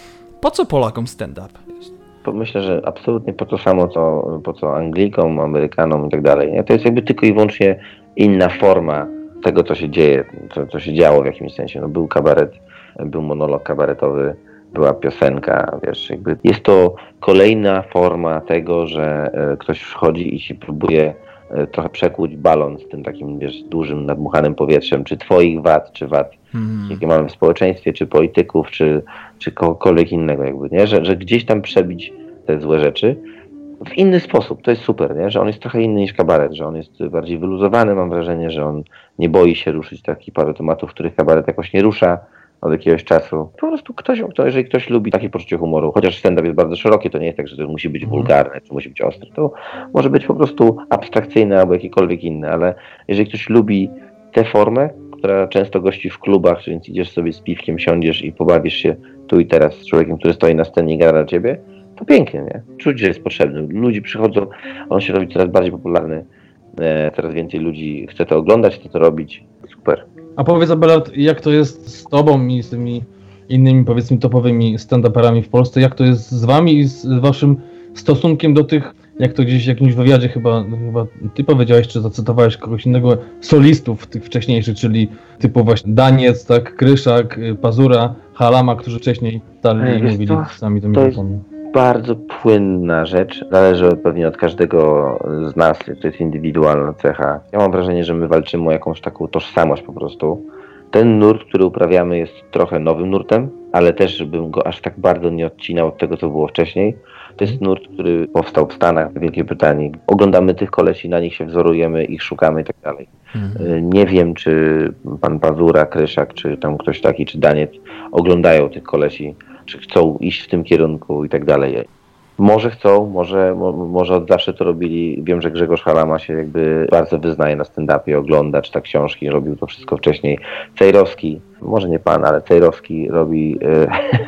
po co Polakom stand-up? Myślę, że absolutnie po to samo, co, po co Anglikom, Amerykanom i tak dalej. Nie? To jest jakby tylko i wyłącznie inna forma tego, co się dzieje, co, co się działo w jakimś sensie. No, był kabaret, był monolog kabaretowy, była piosenka, wiesz, jakby jest to kolejna forma tego, że e, ktoś wchodzi i się próbuje e, trochę przekłuć balon z tym takim, wiesz, dużym, nadmuchanym powietrzem, czy twoich wad, czy wad, hmm. jakie mamy w społeczeństwie, czy polityków, czy, czy kogokolwiek innego, jakby, nie? Że, że gdzieś tam przebić te złe rzeczy w inny sposób. To jest super, nie? Że on jest trochę inny niż kabaret, że on jest bardziej wyluzowany, mam wrażenie, że on nie boi się ruszyć takich paru tematów, których kabaret jakoś nie rusza od jakiegoś czasu. Po prostu ktoś, kto, jeżeli ktoś lubi takie poczucie humoru, chociaż stand-up jest bardzo szerokie, to nie jest tak, że to musi być wulgarne, czy musi być ostre. To może być po prostu abstrakcyjne albo jakiekolwiek inne, ale jeżeli ktoś lubi tę formę, która często gości w klubach, więc idziesz sobie z piwkiem, siądziesz i pobawisz się tu i teraz z człowiekiem, który stoi na scenie i gra dla ciebie, to pięknie, nie? Czuć, że jest potrzebny. Ludzie przychodzą, on się robi coraz bardziej popularny, e, coraz więcej ludzi chce to oglądać, chce to robić. Super. A powiedz, Abelard, jak to jest z tobą i z tymi innymi, powiedzmy, topowymi stand-uperami w Polsce? Jak to jest z wami i z waszym stosunkiem do tych, jak to gdzieś w jakimś wywiadzie chyba, chyba ty powiedziałeś, czy zacytowałeś kogoś innego, solistów tych wcześniejszych, czyli typu właśnie Daniec, tak, Kryszak, Pazura, Halama, którzy wcześniej stali i mówili to, sami do mikrofonu. Bardzo płynna rzecz, zależy pewnie od każdego z nas, to jest indywidualna cecha. Ja mam wrażenie, że my walczymy o jakąś taką tożsamość po prostu. Ten nurt, który uprawiamy, jest trochę nowym nurtem, ale też bym go aż tak bardzo nie odcinał od tego, co było wcześniej. To jest nurt, który powstał w Stanach, w Wielkiej Brytanii. Oglądamy tych kolesi, na nich się wzorujemy, ich szukamy i tak dalej. Mhm. Nie wiem, czy pan Pazura, Kryszak, czy tam ktoś taki, czy Daniec oglądają tych kolesi, czy chcą iść w tym kierunku i tak dalej. Może chcą, może, mo, może od zawsze to robili. Wiem, że Grzegorz Halama się jakby bardzo wyznaje na stand-upie, ogląda, czyta książki, robił to wszystko wcześniej. Cejrowski, może nie pan, ale Cejrowski robi, e,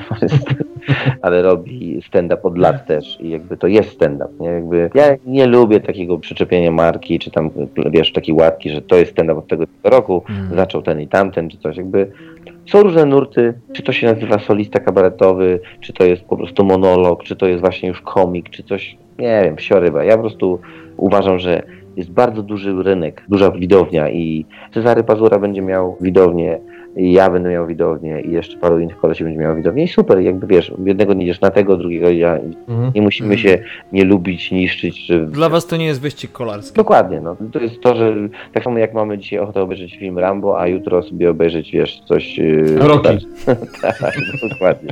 ale robi stand-up od lat też i jakby to jest stand-up, nie? Jakby ja nie lubię takiego przyczepienia marki, czy tam, wiesz, takiej łatki, że to jest stand-up od tego roku, mm. zaczął ten i tamten, czy coś, jakby są różne nurty, czy to się nazywa solista kabaretowy, czy to jest po prostu monolog, czy to jest właśnie już komik, czy coś, nie wiem, wsioryba. Ja po prostu uważam, że jest bardzo duży rynek, duża widownia i Cezary Pazura będzie miał widownię, i ja będę miał widownię i jeszcze paru innych kolesi będzie miał widownię i super, jakby wiesz, jednego nie idziesz na tego, drugiego ja, mhm. nie musimy mhm. się nie lubić, niszczyć. Czy... Dla was to nie jest wyścig kolarski. Dokładnie, no. To jest to, że tak samo jak mamy dzisiaj ochotę obejrzeć film Rambo, a jutro sobie obejrzeć, wiesz, coś... Yy, Rocky. Tak, dokładnie.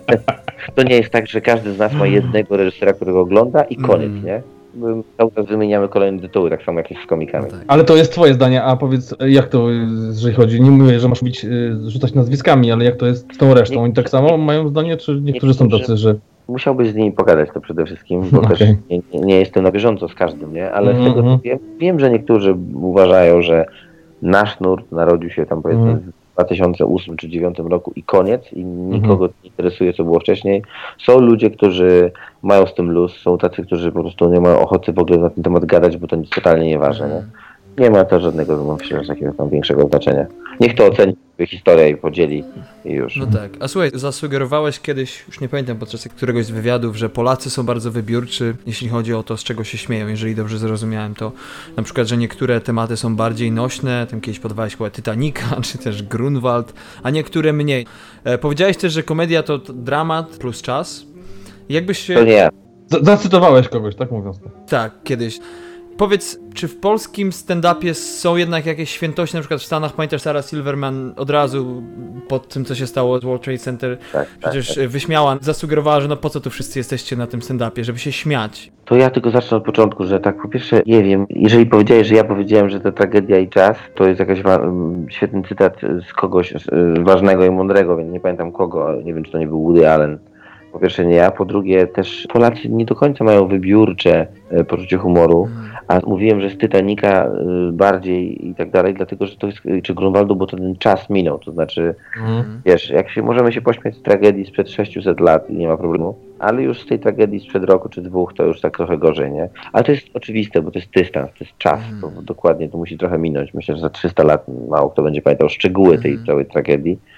To nie jest tak, że każdy z nas ma jednego reżysera, którego ogląda i koniec, mm. nie? Cały czas wymieniamy kolejne tytuły, tak samo jak z komikami. No tak. Ale to jest twoje zdanie, a powiedz, jak to, jeżeli chodzi, nie mówię, że masz być, rzucać nazwiskami, ale jak to jest z tą resztą? Oni tak samo mają zdanie, czy niektórzy są tacy, że... Musiałbyś z nimi pogadać to przede wszystkim, bo okay. też nie, nie jestem na bieżąco z każdym, nie? Ale mm-hmm. z tego co wiem, wiem, że niektórzy uważają, że nasz nurt narodził się tam powiedzmy mm. w dwa tysiące ósmym czy dwa tysiące dziewiątym roku i koniec i nikogo mm-hmm. nie interesuje, co było wcześniej. Są ludzie, którzy mają z tym luz, są tacy, którzy po prostu nie mają ochoty w ogóle na ten temat gadać, bo to nic totalnie nieważne, nie? Nie ma to żadnego, myślę, że takiego tam większego znaczenia. Niech to oceni historię i podzieli i już. No tak. A słuchaj, zasugerowałeś kiedyś, już nie pamiętam podczas któregoś z wywiadów, że Polacy są bardzo wybiórczy, jeśli chodzi o to, z czego się śmieją, jeżeli dobrze zrozumiałem to. Na przykład, że niektóre tematy są bardziej nośne, tam kiedyś podawałeś chyba Titanica, czy też Grunwald, a niektóre mniej. E, powiedziałeś też, że komedia to dramat plus czas. Jakbyś się... To nie ja. Z- zacytowałeś kogoś, tak mówiąc. Tak, kiedyś. Powiedz, czy w polskim stand-upie są jednak jakieś świętości, na przykład w Stanach, pamiętasz Sarah Silverman od razu po tym, co się stało z World Trade Center, tak, przecież tak, tak. wyśmiała, zasugerowała, że no po co tu wszyscy jesteście na tym stand-upie, żeby się śmiać. To ja tylko zacznę od początku, że tak po pierwsze, nie wiem, jeżeli powiedziałeś, że ja powiedziałem, że to tragedia i czas, to jest jakaś wa- świetny cytat z kogoś ważnego i mądrego, więc nie pamiętam kogo, nie wiem, czy to nie był Woody Allen. Po pierwsze nie ja, po drugie też Polacy nie do końca mają wybiórcze e, poczucie humoru, a mówiłem, że z Titanica e, bardziej i tak dalej, dlatego, że to jest, czy Grunwaldu, bo to ten czas minął, to znaczy, mm. wiesz, jak się, możemy się pośmiać z tragedii sprzed sześciuset lat i nie ma problemu, ale już z tej tragedii sprzed roku czy dwóch to już tak trochę gorzej, nie? Ale to jest oczywiste, bo to jest dystans, to jest czas, mm. to dokładnie to musi trochę minąć. Myślę, że za trzysta lat mało kto będzie pamiętał szczegóły tej mm. całej tragedii.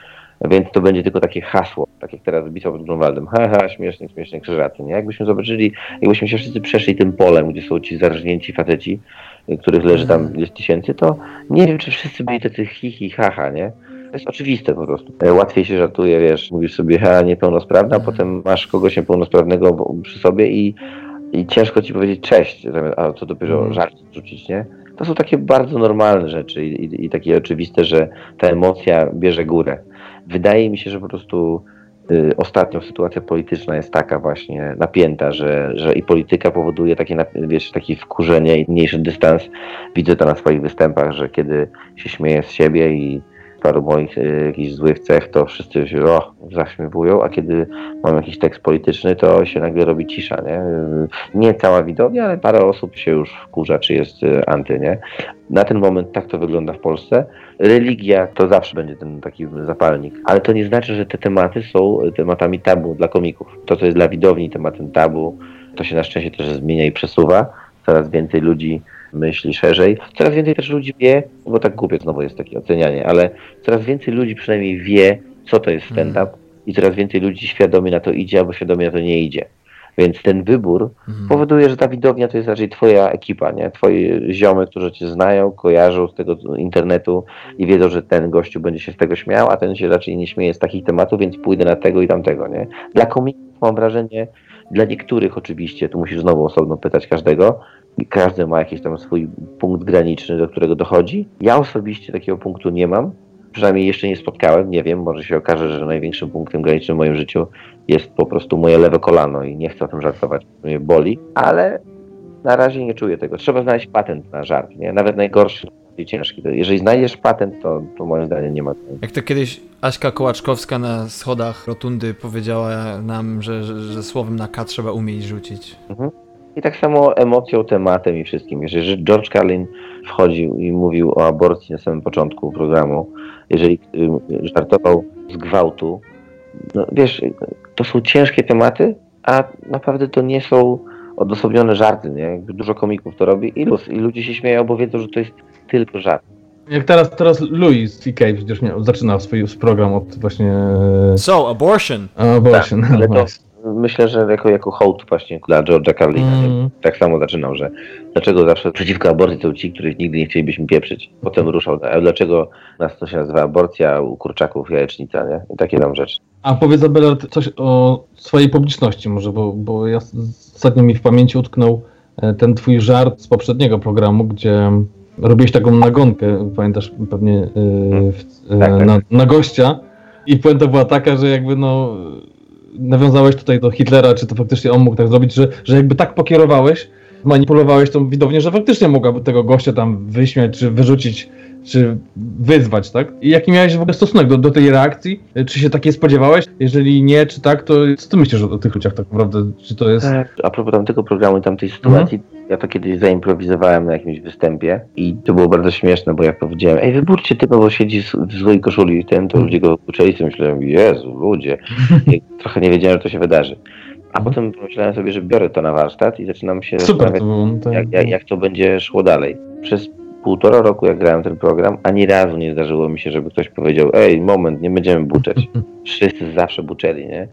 Więc to będzie tylko takie hasło, tak jak teraz bitwa pod Grunwaldem. Haha, śmiesznie, śmiesznie, krzyżacy, nie? Jakbyśmy zobaczyli, jakbyśmy się wszyscy przeszli tym polem, gdzie są ci zarżnięci faceci, których leży tam ileś tysięcy, to nie wiem, czy wszyscy byli tacy hi, hi, haha, nie? To jest oczywiste po prostu. Łatwiej się żartuje, wiesz, mówisz sobie, ha, niepełnosprawna, a potem masz kogoś niepełnosprawnego przy sobie i, i ciężko ci powiedzieć cześć, a co dopiero żart rzucić, nie? To są takie bardzo normalne rzeczy i, i, i takie oczywiste, że ta emocja bierze górę. Wydaje mi się, że po prostu y, ostatnio sytuacja polityczna jest taka właśnie napięta, że, że i polityka powoduje takie, wiesz, takie wkurzenie i mniejszy dystans. Widzę to na swoich występach, że kiedy się śmieję z siebie i paru moich y, jakichś złych cech, to wszyscy się o, zaśmiewują, a kiedy mam jakiś tekst polityczny, to się nagle robi cisza, nie? Nie cała widownia, ale parę osób się już wkurza, czy jest y, anty, nie? Na ten moment tak to wygląda w Polsce. Religia to zawsze będzie ten taki zapalnik, ale to nie znaczy, że te tematy są tematami tabu dla komików. To, co jest dla widowni tematem tabu, to się na szczęście też zmienia i przesuwa. Coraz więcej ludzi myśli szerzej. Coraz więcej też ludzi wie, bo tak głupie znowu jest takie ocenianie, ale coraz więcej ludzi przynajmniej wie, co to jest stand-up i coraz więcej ludzi świadomie na to idzie, albo świadomie na to nie idzie. Więc ten wybór mhm. powoduje, że ta widownia to jest raczej twoja ekipa, nie? Twoi ziomy, którzy cię znają, kojarzą z tego internetu i wiedzą, że ten gościu będzie się z tego śmiał, a ten się raczej nie śmieje z takich tematów, więc pójdę na tego i tamtego, nie? Dla komików mam wrażenie, dla niektórych oczywiście, tu musisz znowu osobno pytać każdego, każdy ma jakiś tam swój punkt graniczny, do którego dochodzi. Ja osobiście takiego punktu nie mam, przynajmniej jeszcze nie spotkałem, nie wiem, może się okaże, że największym punktem granicznym w moim życiu jest po prostu moje lewe kolano i nie chcę o tym żartować, mnie boli, ale na razie nie czuję tego. Trzeba znaleźć patent na żart, nie? Nawet najgorszy i ciężki. Jeżeli znajdziesz patent, to, to moim zdaniem nie ma. Jak to kiedyś Aśka Kołaczkowska na schodach rotundy powiedziała nam, że, że, że słowem na K trzeba umieć rzucić. Mhm. I tak samo emocją, tematem i wszystkim. Jeżeli George Carlin wchodził i mówił o aborcji na samym początku programu, jeżeli żartował z gwałtu, no wiesz, to są ciężkie tematy, a naprawdę to nie są odosobnione żarty, nie? Jakby dużo komików to robi i, luz, i ludzie się śmieją, bo wiedzą, że to jest tylko żart. Jak teraz, teraz Louis C K przecież miał, zaczynał swój program od właśnie... So, abortion. Abortion, tak, ale to myślę, że jako, jako hołd właśnie dla George'a Carlina. Mm. Tak samo zaczynał, że dlaczego zawsze przeciwko aborcji są ci, których nigdy nie chcielibyśmy pieprzyć. Potem ruszał, a dlaczego nas to się nazywa aborcja, u kurczaków jajecznica, nie? I takie tam rzeczy. A powiedz, Abelard, coś o swojej publiczności może, bo, bo ja ostatnio mi w pamięci utknął ten twój żart z poprzedniego programu, gdzie robiłeś taką nagonkę, pamiętasz pewnie, yy, w, yy, tak, tak. Na, na gościa i puenta była taka, że jakby no nawiązałeś tutaj do Hitlera, czy to faktycznie on mógł tak zrobić, że, że jakby tak pokierowałeś, manipulowałeś tą widownię, że faktycznie mogłaby tego gościa tam wyśmiać, czy wyrzucić, czy wyzwać, tak? I jaki miałeś w ogóle stosunek do, do tej reakcji? Czy się takiej spodziewałeś? Jeżeli nie, czy tak, to co ty myślisz o, o tych ludziach tak naprawdę? Czy to jest... A propos tamtego programu i tamtej sytuacji, mhm. ja to kiedyś zaimprowizowałem na jakimś występie i to było bardzo śmieszne, bo jak powiedziałem, ej, wyburcie typa, bo siedzi w złej koszuli i ten, to ludzie go uczyli, to myślałem, Jezu, ludzie. I trochę nie wiedziałem, że to się wydarzy. A potem pomyślałem sobie, że biorę to na warsztat i zaczynam się Super, zastanawiać, to, jak, jak, jak to będzie szło dalej. Przez półtora roku, jak grałem ten program, ani razu nie zdarzyło mi się, żeby ktoś powiedział, ej, moment, nie będziemy buczeć. Wszyscy zawsze buczeli, nie?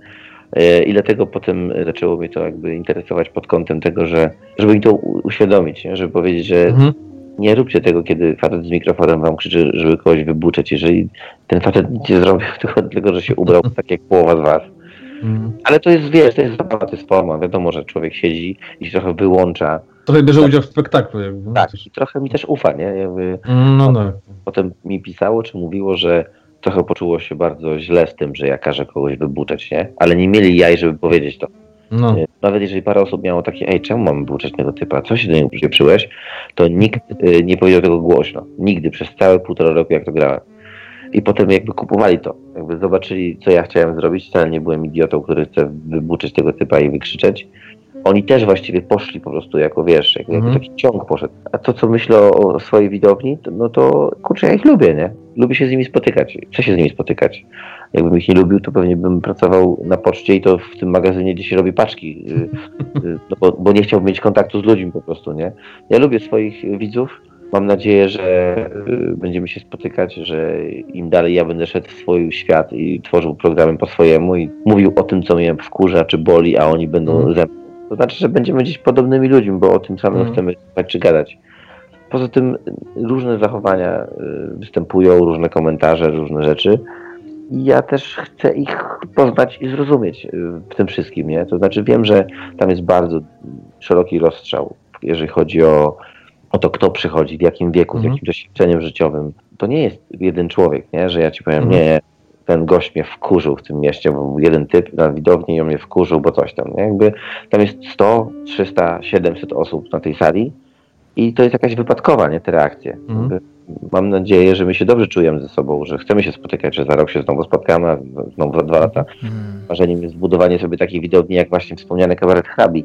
I dlatego potem zaczęło mnie to jakby interesować pod kątem tego, że żeby mi to uświadomić, nie? Żeby powiedzieć, że mhm. nie róbcie tego, kiedy facet z mikrofonem wam krzyczy, żeby kogoś wybuczeć. Jeżeli ten facet nic nie zrobił, tylko dlatego, że się ubrał tak jak połowa z was. Mhm. Ale to jest, wiesz, to jest zabawa, to jest forma. Wiadomo, że człowiek siedzi i się trochę wyłącza. Trochę bierze udział w spektaklu. Jakby. Tak, i trochę mi też ufa, nie? Jakby no, no. Potem mi pisało, czy mówiło, że trochę poczuło się bardzo źle z tym, że ja każę kogoś wybuczeć, nie? Ale nie mieli jaj, żeby powiedzieć to. No. Nawet jeżeli parę osób miało takie, ej, czemu mam buczeć tego typa? Co się do niego przypieprzyłeś? To nikt y, nie powiedział tego głośno. Nigdy, przez całe półtora roku, jak to grałem. I potem jakby kupowali to. Jakby zobaczyli, co ja chciałem zrobić. Wcale nie byłem idiotą, który chce wybuczyć tego typa i wykrzyczeć. Oni też właściwie poszli po prostu jako, wiesz, jakby mm. taki ciąg poszedł. A to, co myślę o, o swojej widowni, to, no to kurczę, ja ich lubię, nie? Lubię się z nimi spotykać. Chcę się z nimi spotykać. Jakbym ich nie lubił, to pewnie bym pracował na poczcie i to w tym magazynie, gdzie się robi paczki. No bo, bo nie chciałbym mieć kontaktu z ludźmi po prostu, nie? Ja lubię swoich widzów Mam nadzieję, że y, będziemy się spotykać, że im dalej ja będę szedł w swój świat i tworzył programy po swojemu i mówił o tym, co mnie wkurza czy boli, a oni będą mm. ze mną. To znaczy, że będziemy gdzieś podobnymi ludźmi, bo o tym samym mm. chcemy słuchać czy gadać. Poza tym różne zachowania y, występują, różne komentarze, różne rzeczy. I ja też chcę ich poznać i zrozumieć y, w tym wszystkim, nie? To znaczy wiem, że tam jest bardzo szeroki rozstrzał, jeżeli chodzi o o to, kto przychodzi, w jakim wieku, mm. z jakim doświadczeniem życiowym. To nie jest jeden człowiek, nie? Że ja ci powiem, mm. nie, ten gość mnie wkurzył w tym mieście, bo był jeden typ na widowni i on mnie wkurzył, bo coś tam, nie? Jakby tam jest sto, trzysta, siedemset osób na tej sali i to jest jakaś wypadkowa, nie? Te reakcje. Mm. Mam nadzieję, że my się dobrze czujemy ze sobą, że chcemy się spotykać, że za rok się znowu spotkamy, a znowu za dwa lata. Mm. Marzeniem jest zbudowanie sobie takiej widowni, jak właśnie wspomniany kabaret Hrabi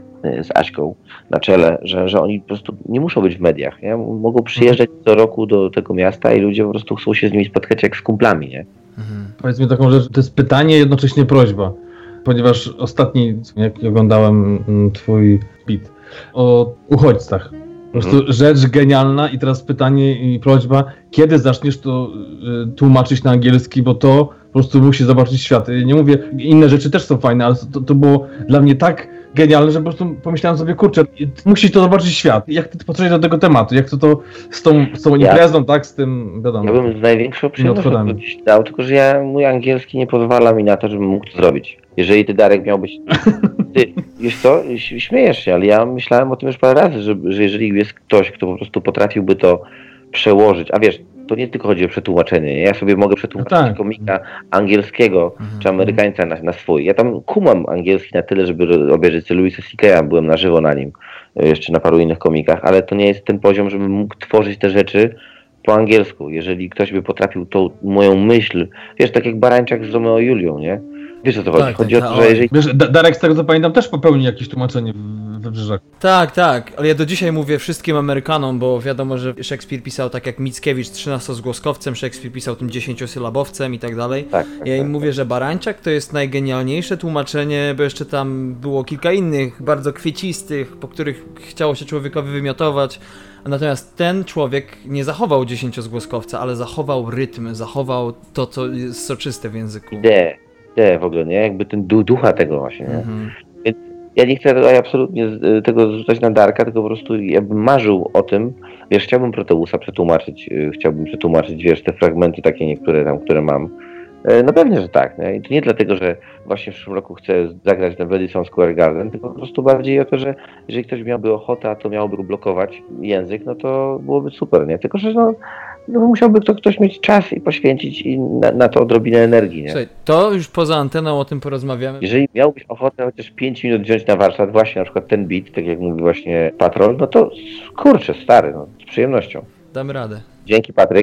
z Aśką na czele, że, że oni po prostu nie muszą być w mediach. Nie? Mogą przyjeżdżać co roku do tego miasta i ludzie po prostu chcą się z nimi spotkać jak z kumplami. Nie? Mhm. Powiedz mi taką rzecz, to jest pytanie, jednocześnie prośba, ponieważ ostatni, jak oglądałem twój bit o uchodźcach, po prostu mhm. rzecz genialna i teraz pytanie i prośba, kiedy zaczniesz to y, tłumaczyć na angielski, bo to po prostu musi zobaczyć świat. Nie mówię, inne rzeczy też są fajne, ale to, to było dla mnie tak genialne, że po prostu pomyślałem sobie, kurczę, musi to zobaczyć świat. Jak ty podchodzisz do tego tematu? Jak to to z tą, z tą imprezą, ja, tak? Z tym, wiadomo. Ja bym z największą przyjemnością dał, tylko że ja, mój angielski nie pozwala mi na to, żebym mógł to zrobić. Jeżeli ty, Darek, miałbyś... Ty, wiesz co, śmiejesz się, ale ja myślałem o tym już parę razy, że, że jeżeli jest ktoś, kto po prostu potrafiłby to przełożyć, a wiesz, to nie tylko chodzi o przetłumaczenie, nie? Ja sobie mogę przetłumaczyć no tak. komika angielskiego mhm. czy Amerykańca na, na swój. Ja tam kumam angielski na tyle, żeby obejrzeć sobie Louisa C K'a, byłem na żywo na nim, jeszcze na paru innych komikach, ale to nie jest ten poziom, żebym mógł tworzyć te rzeczy po angielsku. Jeżeli ktoś by potrafił tą moją myśl, wiesz, tak jak Barańczak z Romeo i Julią, nie? Wiesz o co chodzi? Tak, chodzi tak, o to, że jeżeli... Wiesz, Darek, z tego co pamiętam, też popełnił jakieś tłumaczenie w Wybrzeżaku. Tak, tak, ale ja do dzisiaj mówię wszystkim Amerykanom, bo wiadomo, że Szekspir pisał tak jak Mickiewicz trzynastozgłoskowcem, Szekspir pisał tym dziesięciosylabowcem i tak dalej. Tak, tak, ja im tak, mówię, tak. że Barańczak to jest najgenialniejsze tłumaczenie, bo jeszcze tam było kilka innych, bardzo kwiecistych, po których chciało się człowiekowi wymiotować. Natomiast ten człowiek nie zachował dziesięciozgłoskowca, ale zachował rytm, zachował to, co jest soczyste w języku. Ideę, ideę w ogóle, nie? Jakby ten ducha tego właśnie, nie? Mhm. Więc ja nie chcę tutaj absolutnie tego zrzucać na Darka, tylko po prostu ja bym marzył o tym, wiesz, chciałbym Proteusa przetłumaczyć, chciałbym przetłumaczyć, wiesz, te fragmenty takie niektóre tam, które mam. No pewnie, że tak, nie? I to nie dlatego, że właśnie w przyszłym roku chcę zagrać na Madison Square Garden, tylko po prostu bardziej o to, że jeżeli ktoś miałby ochotę, a to miałoby go blokować język, no to byłoby super, nie? Tylko, że no, no musiałby to ktoś mieć czas i poświęcić i na, na to odrobinę energii, nie? Słuchaj, to już poza anteną o tym porozmawiamy. Jeżeli miałbyś ochotę chociaż pięć minut wziąć na warsztat, właśnie na przykład ten beat, tak jak mówi właśnie Patrol, no to kurczę, stary, no, z przyjemnością. Damy radę. Dzięki, Patryk.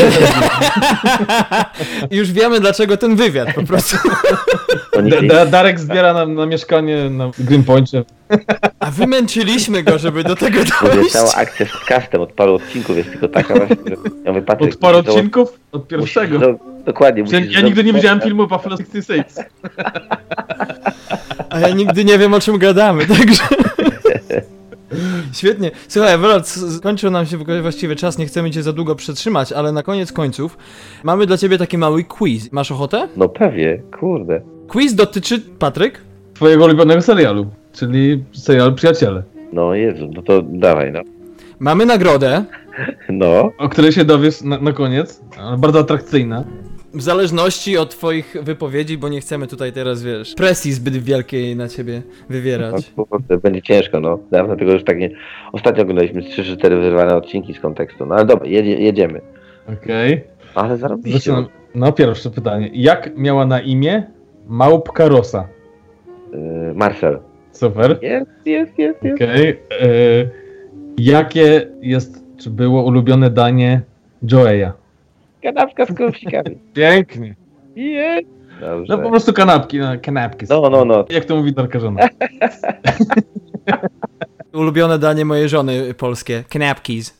Już wiemy, dlaczego ten wywiad po prostu. Da- Darek zbiera na, na mieszkanie na Greenpoincie. A wymęczyliśmy go, żeby do tego dojść. Cała akcja z podcastem od paru odcinków jest tylko taka właśnie, że ja mówię, Patryk, od paru odcinków? Od pierwszego. Musisz, dokładnie. Ja, ja nigdy nie widziałem filmu Buffalo sześćdziesiąt sześć. A ja nigdy nie wiem, o czym gadamy, także... Świetnie. Słuchaj, Wolot, skończył nam się właściwie czas, nie chcemy cię za długo przetrzymać, ale na koniec końców mamy dla ciebie taki mały quiz. Masz ochotę? No pewnie, kurde. Quiz dotyczy, Patryk? Twojego ulubionego serialu, czyli serial Przyjaciele. No Jezu, no to dawaj, no. Mamy nagrodę. No. O której się dowiesz na, na koniec, bardzo atrakcyjna. W zależności od twoich wypowiedzi, bo nie chcemy tutaj teraz, wiesz, presji zbyt wielkiej na ciebie wywierać. No, będzie ciężko, no. Dawno tego już tak nie... Ostatnio oglądaliśmy trzy cztery wyrwane odcinki z kontekstu, no ale dobra, jedzie, jedziemy. Okej. Okay. Ale zarobiście. No, no pierwsze pytanie. Jak miała na imię małpka Rosa? Yy, Marcel. Super. Jest, jest, jest, jest. Okej. Okay. Yy, jakie jest, czy było ulubione danie Joeya? Kanapka z kofsikami. Pięknie. Jest. No po prostu kanapki, no kanapki. No, no, no. Jak to mówi Darka żona. Ulubione danie mojej żony polskie. Knapkis.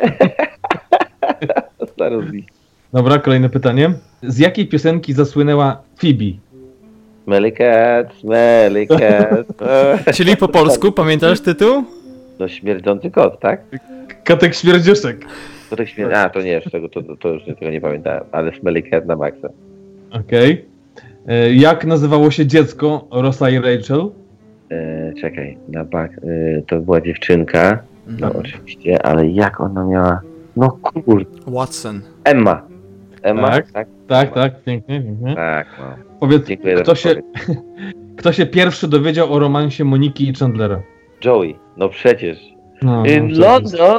Dobra, kolejne pytanie. Z jakiej piosenki zasłynęła Phoebe? Smelly cat, smelly cat. Czyli po polsku, pamiętasz tytuł? No śmierdzący kot, tak? Kotek śmierdziuszek. Kotek śmier... A, to nie jest tego, to, to już tego nie pamiętałem, ale Smelly Cat na maksa. Okej. Okay. Jak nazywało się dziecko Rossa i Rachel? E, czekaj, na bak... E, to była dziewczynka, no Mhm. oczywiście, ale jak ona miała... No kurde. Watson. Emma. Emma, Tak. tak? Tak, tak, pięknie, pięknie. Tak, no. Powiedz, Dziękuję za kto się, odpowiedź. kto się pierwszy dowiedział o romansie Moniki i Chandlera? Joey, no przecież. No, In no, London!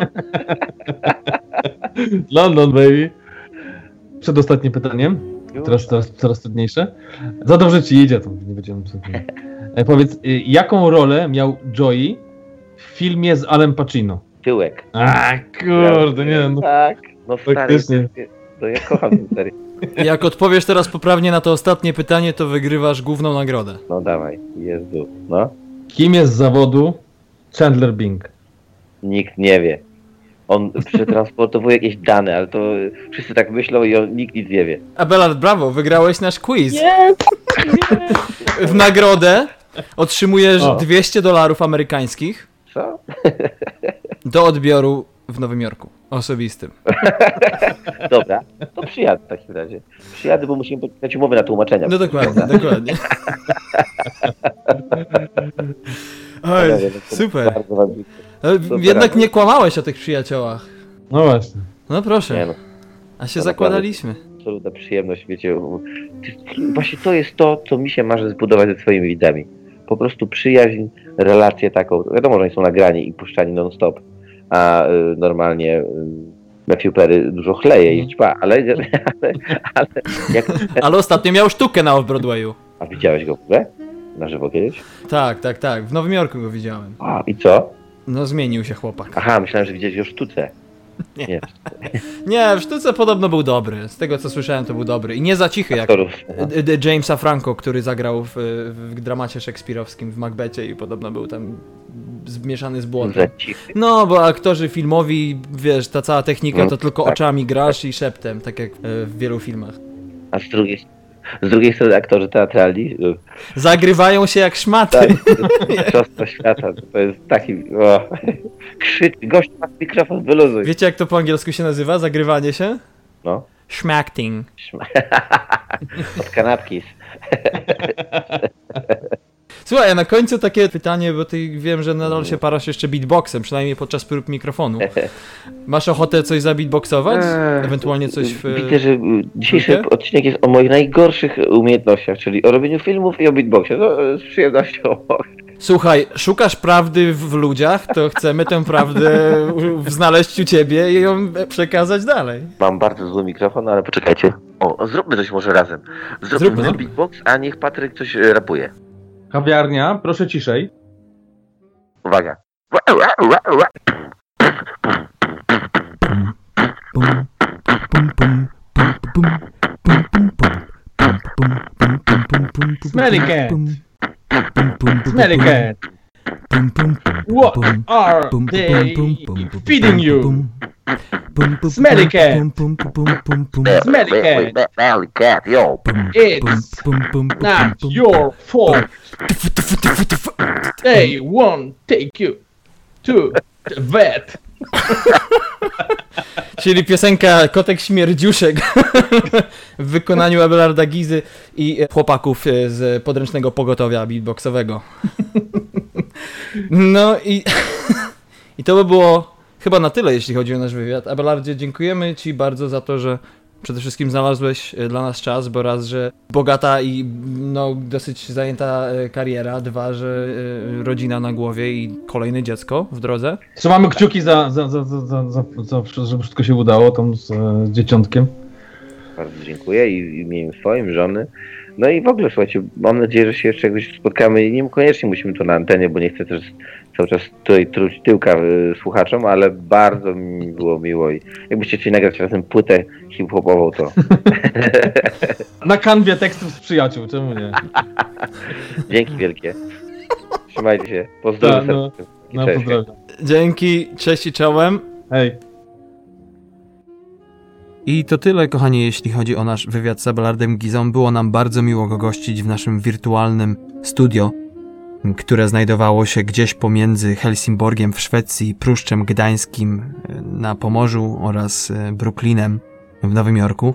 London, baby. Przedostatnie pytanie. Teraz, teraz coraz trudniejsze. Za dobrze ci idzie, to nie będziemy... E, powiedz, y, jaką rolę miał Joey w filmie z Alem Pacino? Tyłek. A, kurde, nie no. Tak, no stary, Faktycznie. no ja kocham tę serię. Jak odpowiesz teraz poprawnie na to ostatnie pytanie, to wygrywasz główną nagrodę. No dawaj, Jezu, no. Kim jest z zawodu Chandler Bing? Nikt nie wie. On przetransportowuje jakieś dane, ale to wszyscy tak myślą i on, nikt nic nie wie. Abelard, brawo, wygrałeś nasz quiz. Yes! W nagrodę otrzymujesz O. dwieście dolarów amerykańskich Co? do odbioru w Nowym Jorku. Osobistym. Dobra, to przyjadę w takim razie. Przyjadę, bo musimy podpisać umowę na tłumaczenia. No dokładnie, dokładnie. Oj, Panowie, no to super. Bardzo wam dziękuję. Ale Super. jednak nie kłamałeś o tych przyjaciołach. No właśnie. No Nie proszę, no, a się to zakładaliśmy. absolutna przyjemność, wiecie. Właśnie to jest to, co mi się marzy zbudować ze swoimi widzami. Po prostu przyjaźń, relację taką. Wiadomo, że oni są nagrani i puszczani non-stop, a y, normalnie y, Matthew Perry dużo chleje i ćpa, ale, ale, ale jak... Ale ostatnio miał sztukę na Off-Broadwayu. A widziałeś go w ogóle? Na żywo kiedyś? Tak, tak, tak. W Nowym Jorku go widziałem. A, i co? No zmienił się chłopak. Aha, myślałem, że widziałeś go w sztuce. Nie. Nie. Nie, w sztuce podobno był dobry. Z tego co słyszałem, to był dobry. I nie za cichy jak Aktorów. D- D- Jamesa Franco, który zagrał w, w dramacie szekspirowskim w Macbecie i podobno był tam zmieszany z błotem. Za cichy. No, bo aktorzy filmowi, wiesz, ta cała technika No, to tylko tak. oczami grasz i szeptem, tak jak e, w wielu filmach. A z drugiej, z drugiej strony aktorzy teatralni, y, Zagrywają się jak szmaty. tak, mistrzostwo świata, to jest taki, o, krzyk, gość ma mikrofon, wyluzuj. Wiecie jak to po angielsku się nazywa? Zagrywanie się? No, Schmacting. od kanapki. Słuchaj, a na końcu takie pytanie, bo ty wiem, że nadal się parasz jeszcze beatboxem, przynajmniej podczas prób mikrofonu. Masz ochotę coś zabeatboxować? Ewentualnie coś w... Widzę, że y, dzisiejszy Trójkę? odcinek jest o moich najgorszych umiejętnościach, czyli o robieniu filmów i o beatboxie. No, z przyjemnością. Słuchaj, szukasz prawdy w ludziach, to chcemy tę prawdę u- znaleźć u ciebie i ją przekazać dalej. Mam bardzo zły mikrofon, ale poczekajcie. O, zróbmy coś może razem. Zróbmy Zróbmy, ten no. beatbox, a niech Patryk coś e, rapuje. Kawiarnia, proszę ciszej. Uwaga. Smelly cat. Smelly cat. What are they feeding you? Smelly cat. Smelly cat. Smelly cat, yo. It's not your fault. They won't take you to the vet. Czyli piosenka Kotek Śmierdziuszek w wykonaniu Abelarda Gizy i chłopaków z podręcznego pogotowia beatboxowego. No i, i to by było chyba na tyle, jeśli chodzi o nasz wywiad. Abelardzie, dziękujemy ci bardzo za to, że przede wszystkim znalazłeś dla nas czas, bo raz, że bogata i no, dosyć zajęta kariera, dwa, że y, rodzina na głowie i kolejne dziecko w drodze. Trzymamy kciuki za, za, za, za, za, za, za żeby wszystko się udało tam z, z dzieciątkiem. Bardzo dziękuję i w imieniu swoim, żony. No i w ogóle, słuchajcie, mam nadzieję, że się jeszcze jakoś spotkamy i niekoniecznie musimy to na antenie, bo nie chcę też cały czas tutaj truć tyłka y, słuchaczom, ale bardzo mi było miło i jakbyście chcieli nagrać razem płytę hip-hopową, to Na kanwie tekstów z przyjaciół, czemu nie? dzięki wielkie. Trzymajcie się. Pozdrawiam. Ta, no, no Cześć. pozdrawiam. Dzięki, cześć i czołem. Hej. I to tyle, kochani, jeśli chodzi o nasz wywiad z Abelardem Gizą. Było nam bardzo miło go gościć w naszym wirtualnym studio. które znajdowało się gdzieś pomiędzy Helsingborgiem w Szwecji, Pruszczem Gdańskim na Pomorzu oraz Brooklynem w Nowym Jorku.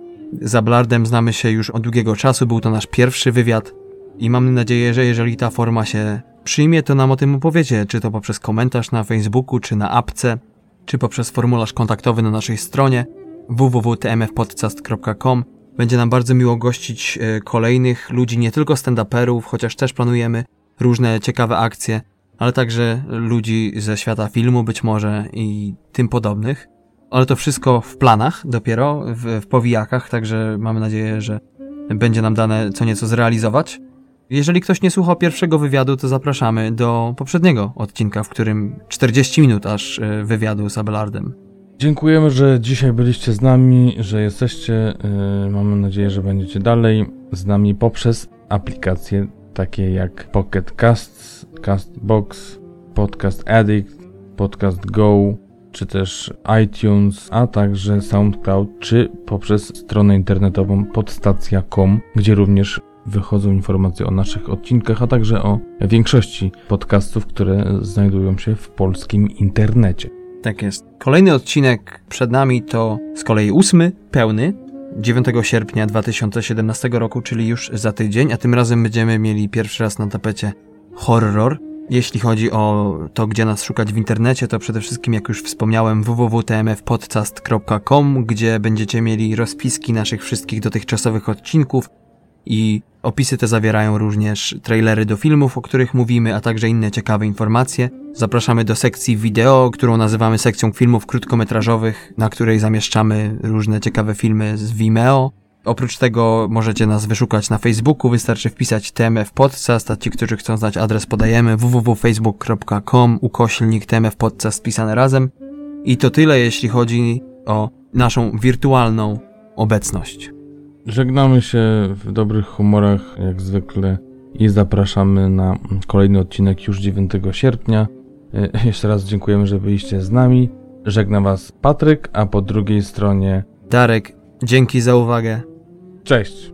Z Abelardem znamy się już od długiego czasu, był to nasz pierwszy wywiad i mamy nadzieję, że jeżeli ta forma się przyjmie, to nam o tym opowiecie, czy to poprzez komentarz na Facebooku, czy na apce, czy poprzez formularz kontaktowy na naszej stronie w w w kropka t m f podcast kropka com. Będzie nam bardzo miło gościć kolejnych ludzi, nie tylko stand-uperów, chociaż też planujemy różne ciekawe akcje, ale także ludzi ze świata filmu być może i tym podobnych. Ale to wszystko w planach dopiero, w, w powijakach, także mamy nadzieję, że będzie nam dane co nieco zrealizować. Jeżeli ktoś nie słuchał pierwszego wywiadu, to zapraszamy do poprzedniego odcinka, w którym czterdzieści minut aż wywiadu z Abelardem. Dziękujemy, że dzisiaj byliście z nami, że jesteście. Yy, mamy nadzieję, że będziecie dalej z nami poprzez aplikacje takie jak Pocket Casts, Castbox, Podcast Addict, Podcast Go, czy też iTunes, a także SoundCloud, czy poprzez stronę internetową podstacja kropka com, gdzie również wychodzą informacje o naszych odcinkach, a także o większości podcastów, które znajdują się w polskim internecie. Tak jest. Kolejny odcinek przed nami to z kolei ósmy, pełny, dziewiątego sierpnia dwa tysiące siedemnastego roku, czyli już za tydzień, a tym razem będziemy mieli pierwszy raz na tapecie horror. Jeśli chodzi o to, gdzie nas szukać w internecie, to przede wszystkim, jak już wspomniałem, w w w kropka t m f podcast kropka com, gdzie będziecie mieli rozpiski naszych wszystkich dotychczasowych odcinków i opisy te zawierają również trailery do filmów, o których mówimy, a także inne ciekawe informacje. Zapraszamy do sekcji wideo, którą nazywamy sekcją filmów krótkometrażowych, na której zamieszczamy różne ciekawe filmy z Vimeo. Oprócz tego możecie nas wyszukać na Facebooku, wystarczy wpisać T M F Podcast, a ci, którzy chcą znać adres, podajemy w w w kropka facebook kropka com ukośnik T M F Podcast pisane razem. I to tyle, jeśli chodzi o naszą wirtualną obecność. Żegnamy się w dobrych humorach, jak zwykle, i zapraszamy na kolejny odcinek już dziewiątego sierpnia. Jeszcze raz dziękujemy, że byliście z nami. Żegna was Patryk, a po drugiej stronie Darek, dzięki za uwagę. Cześć!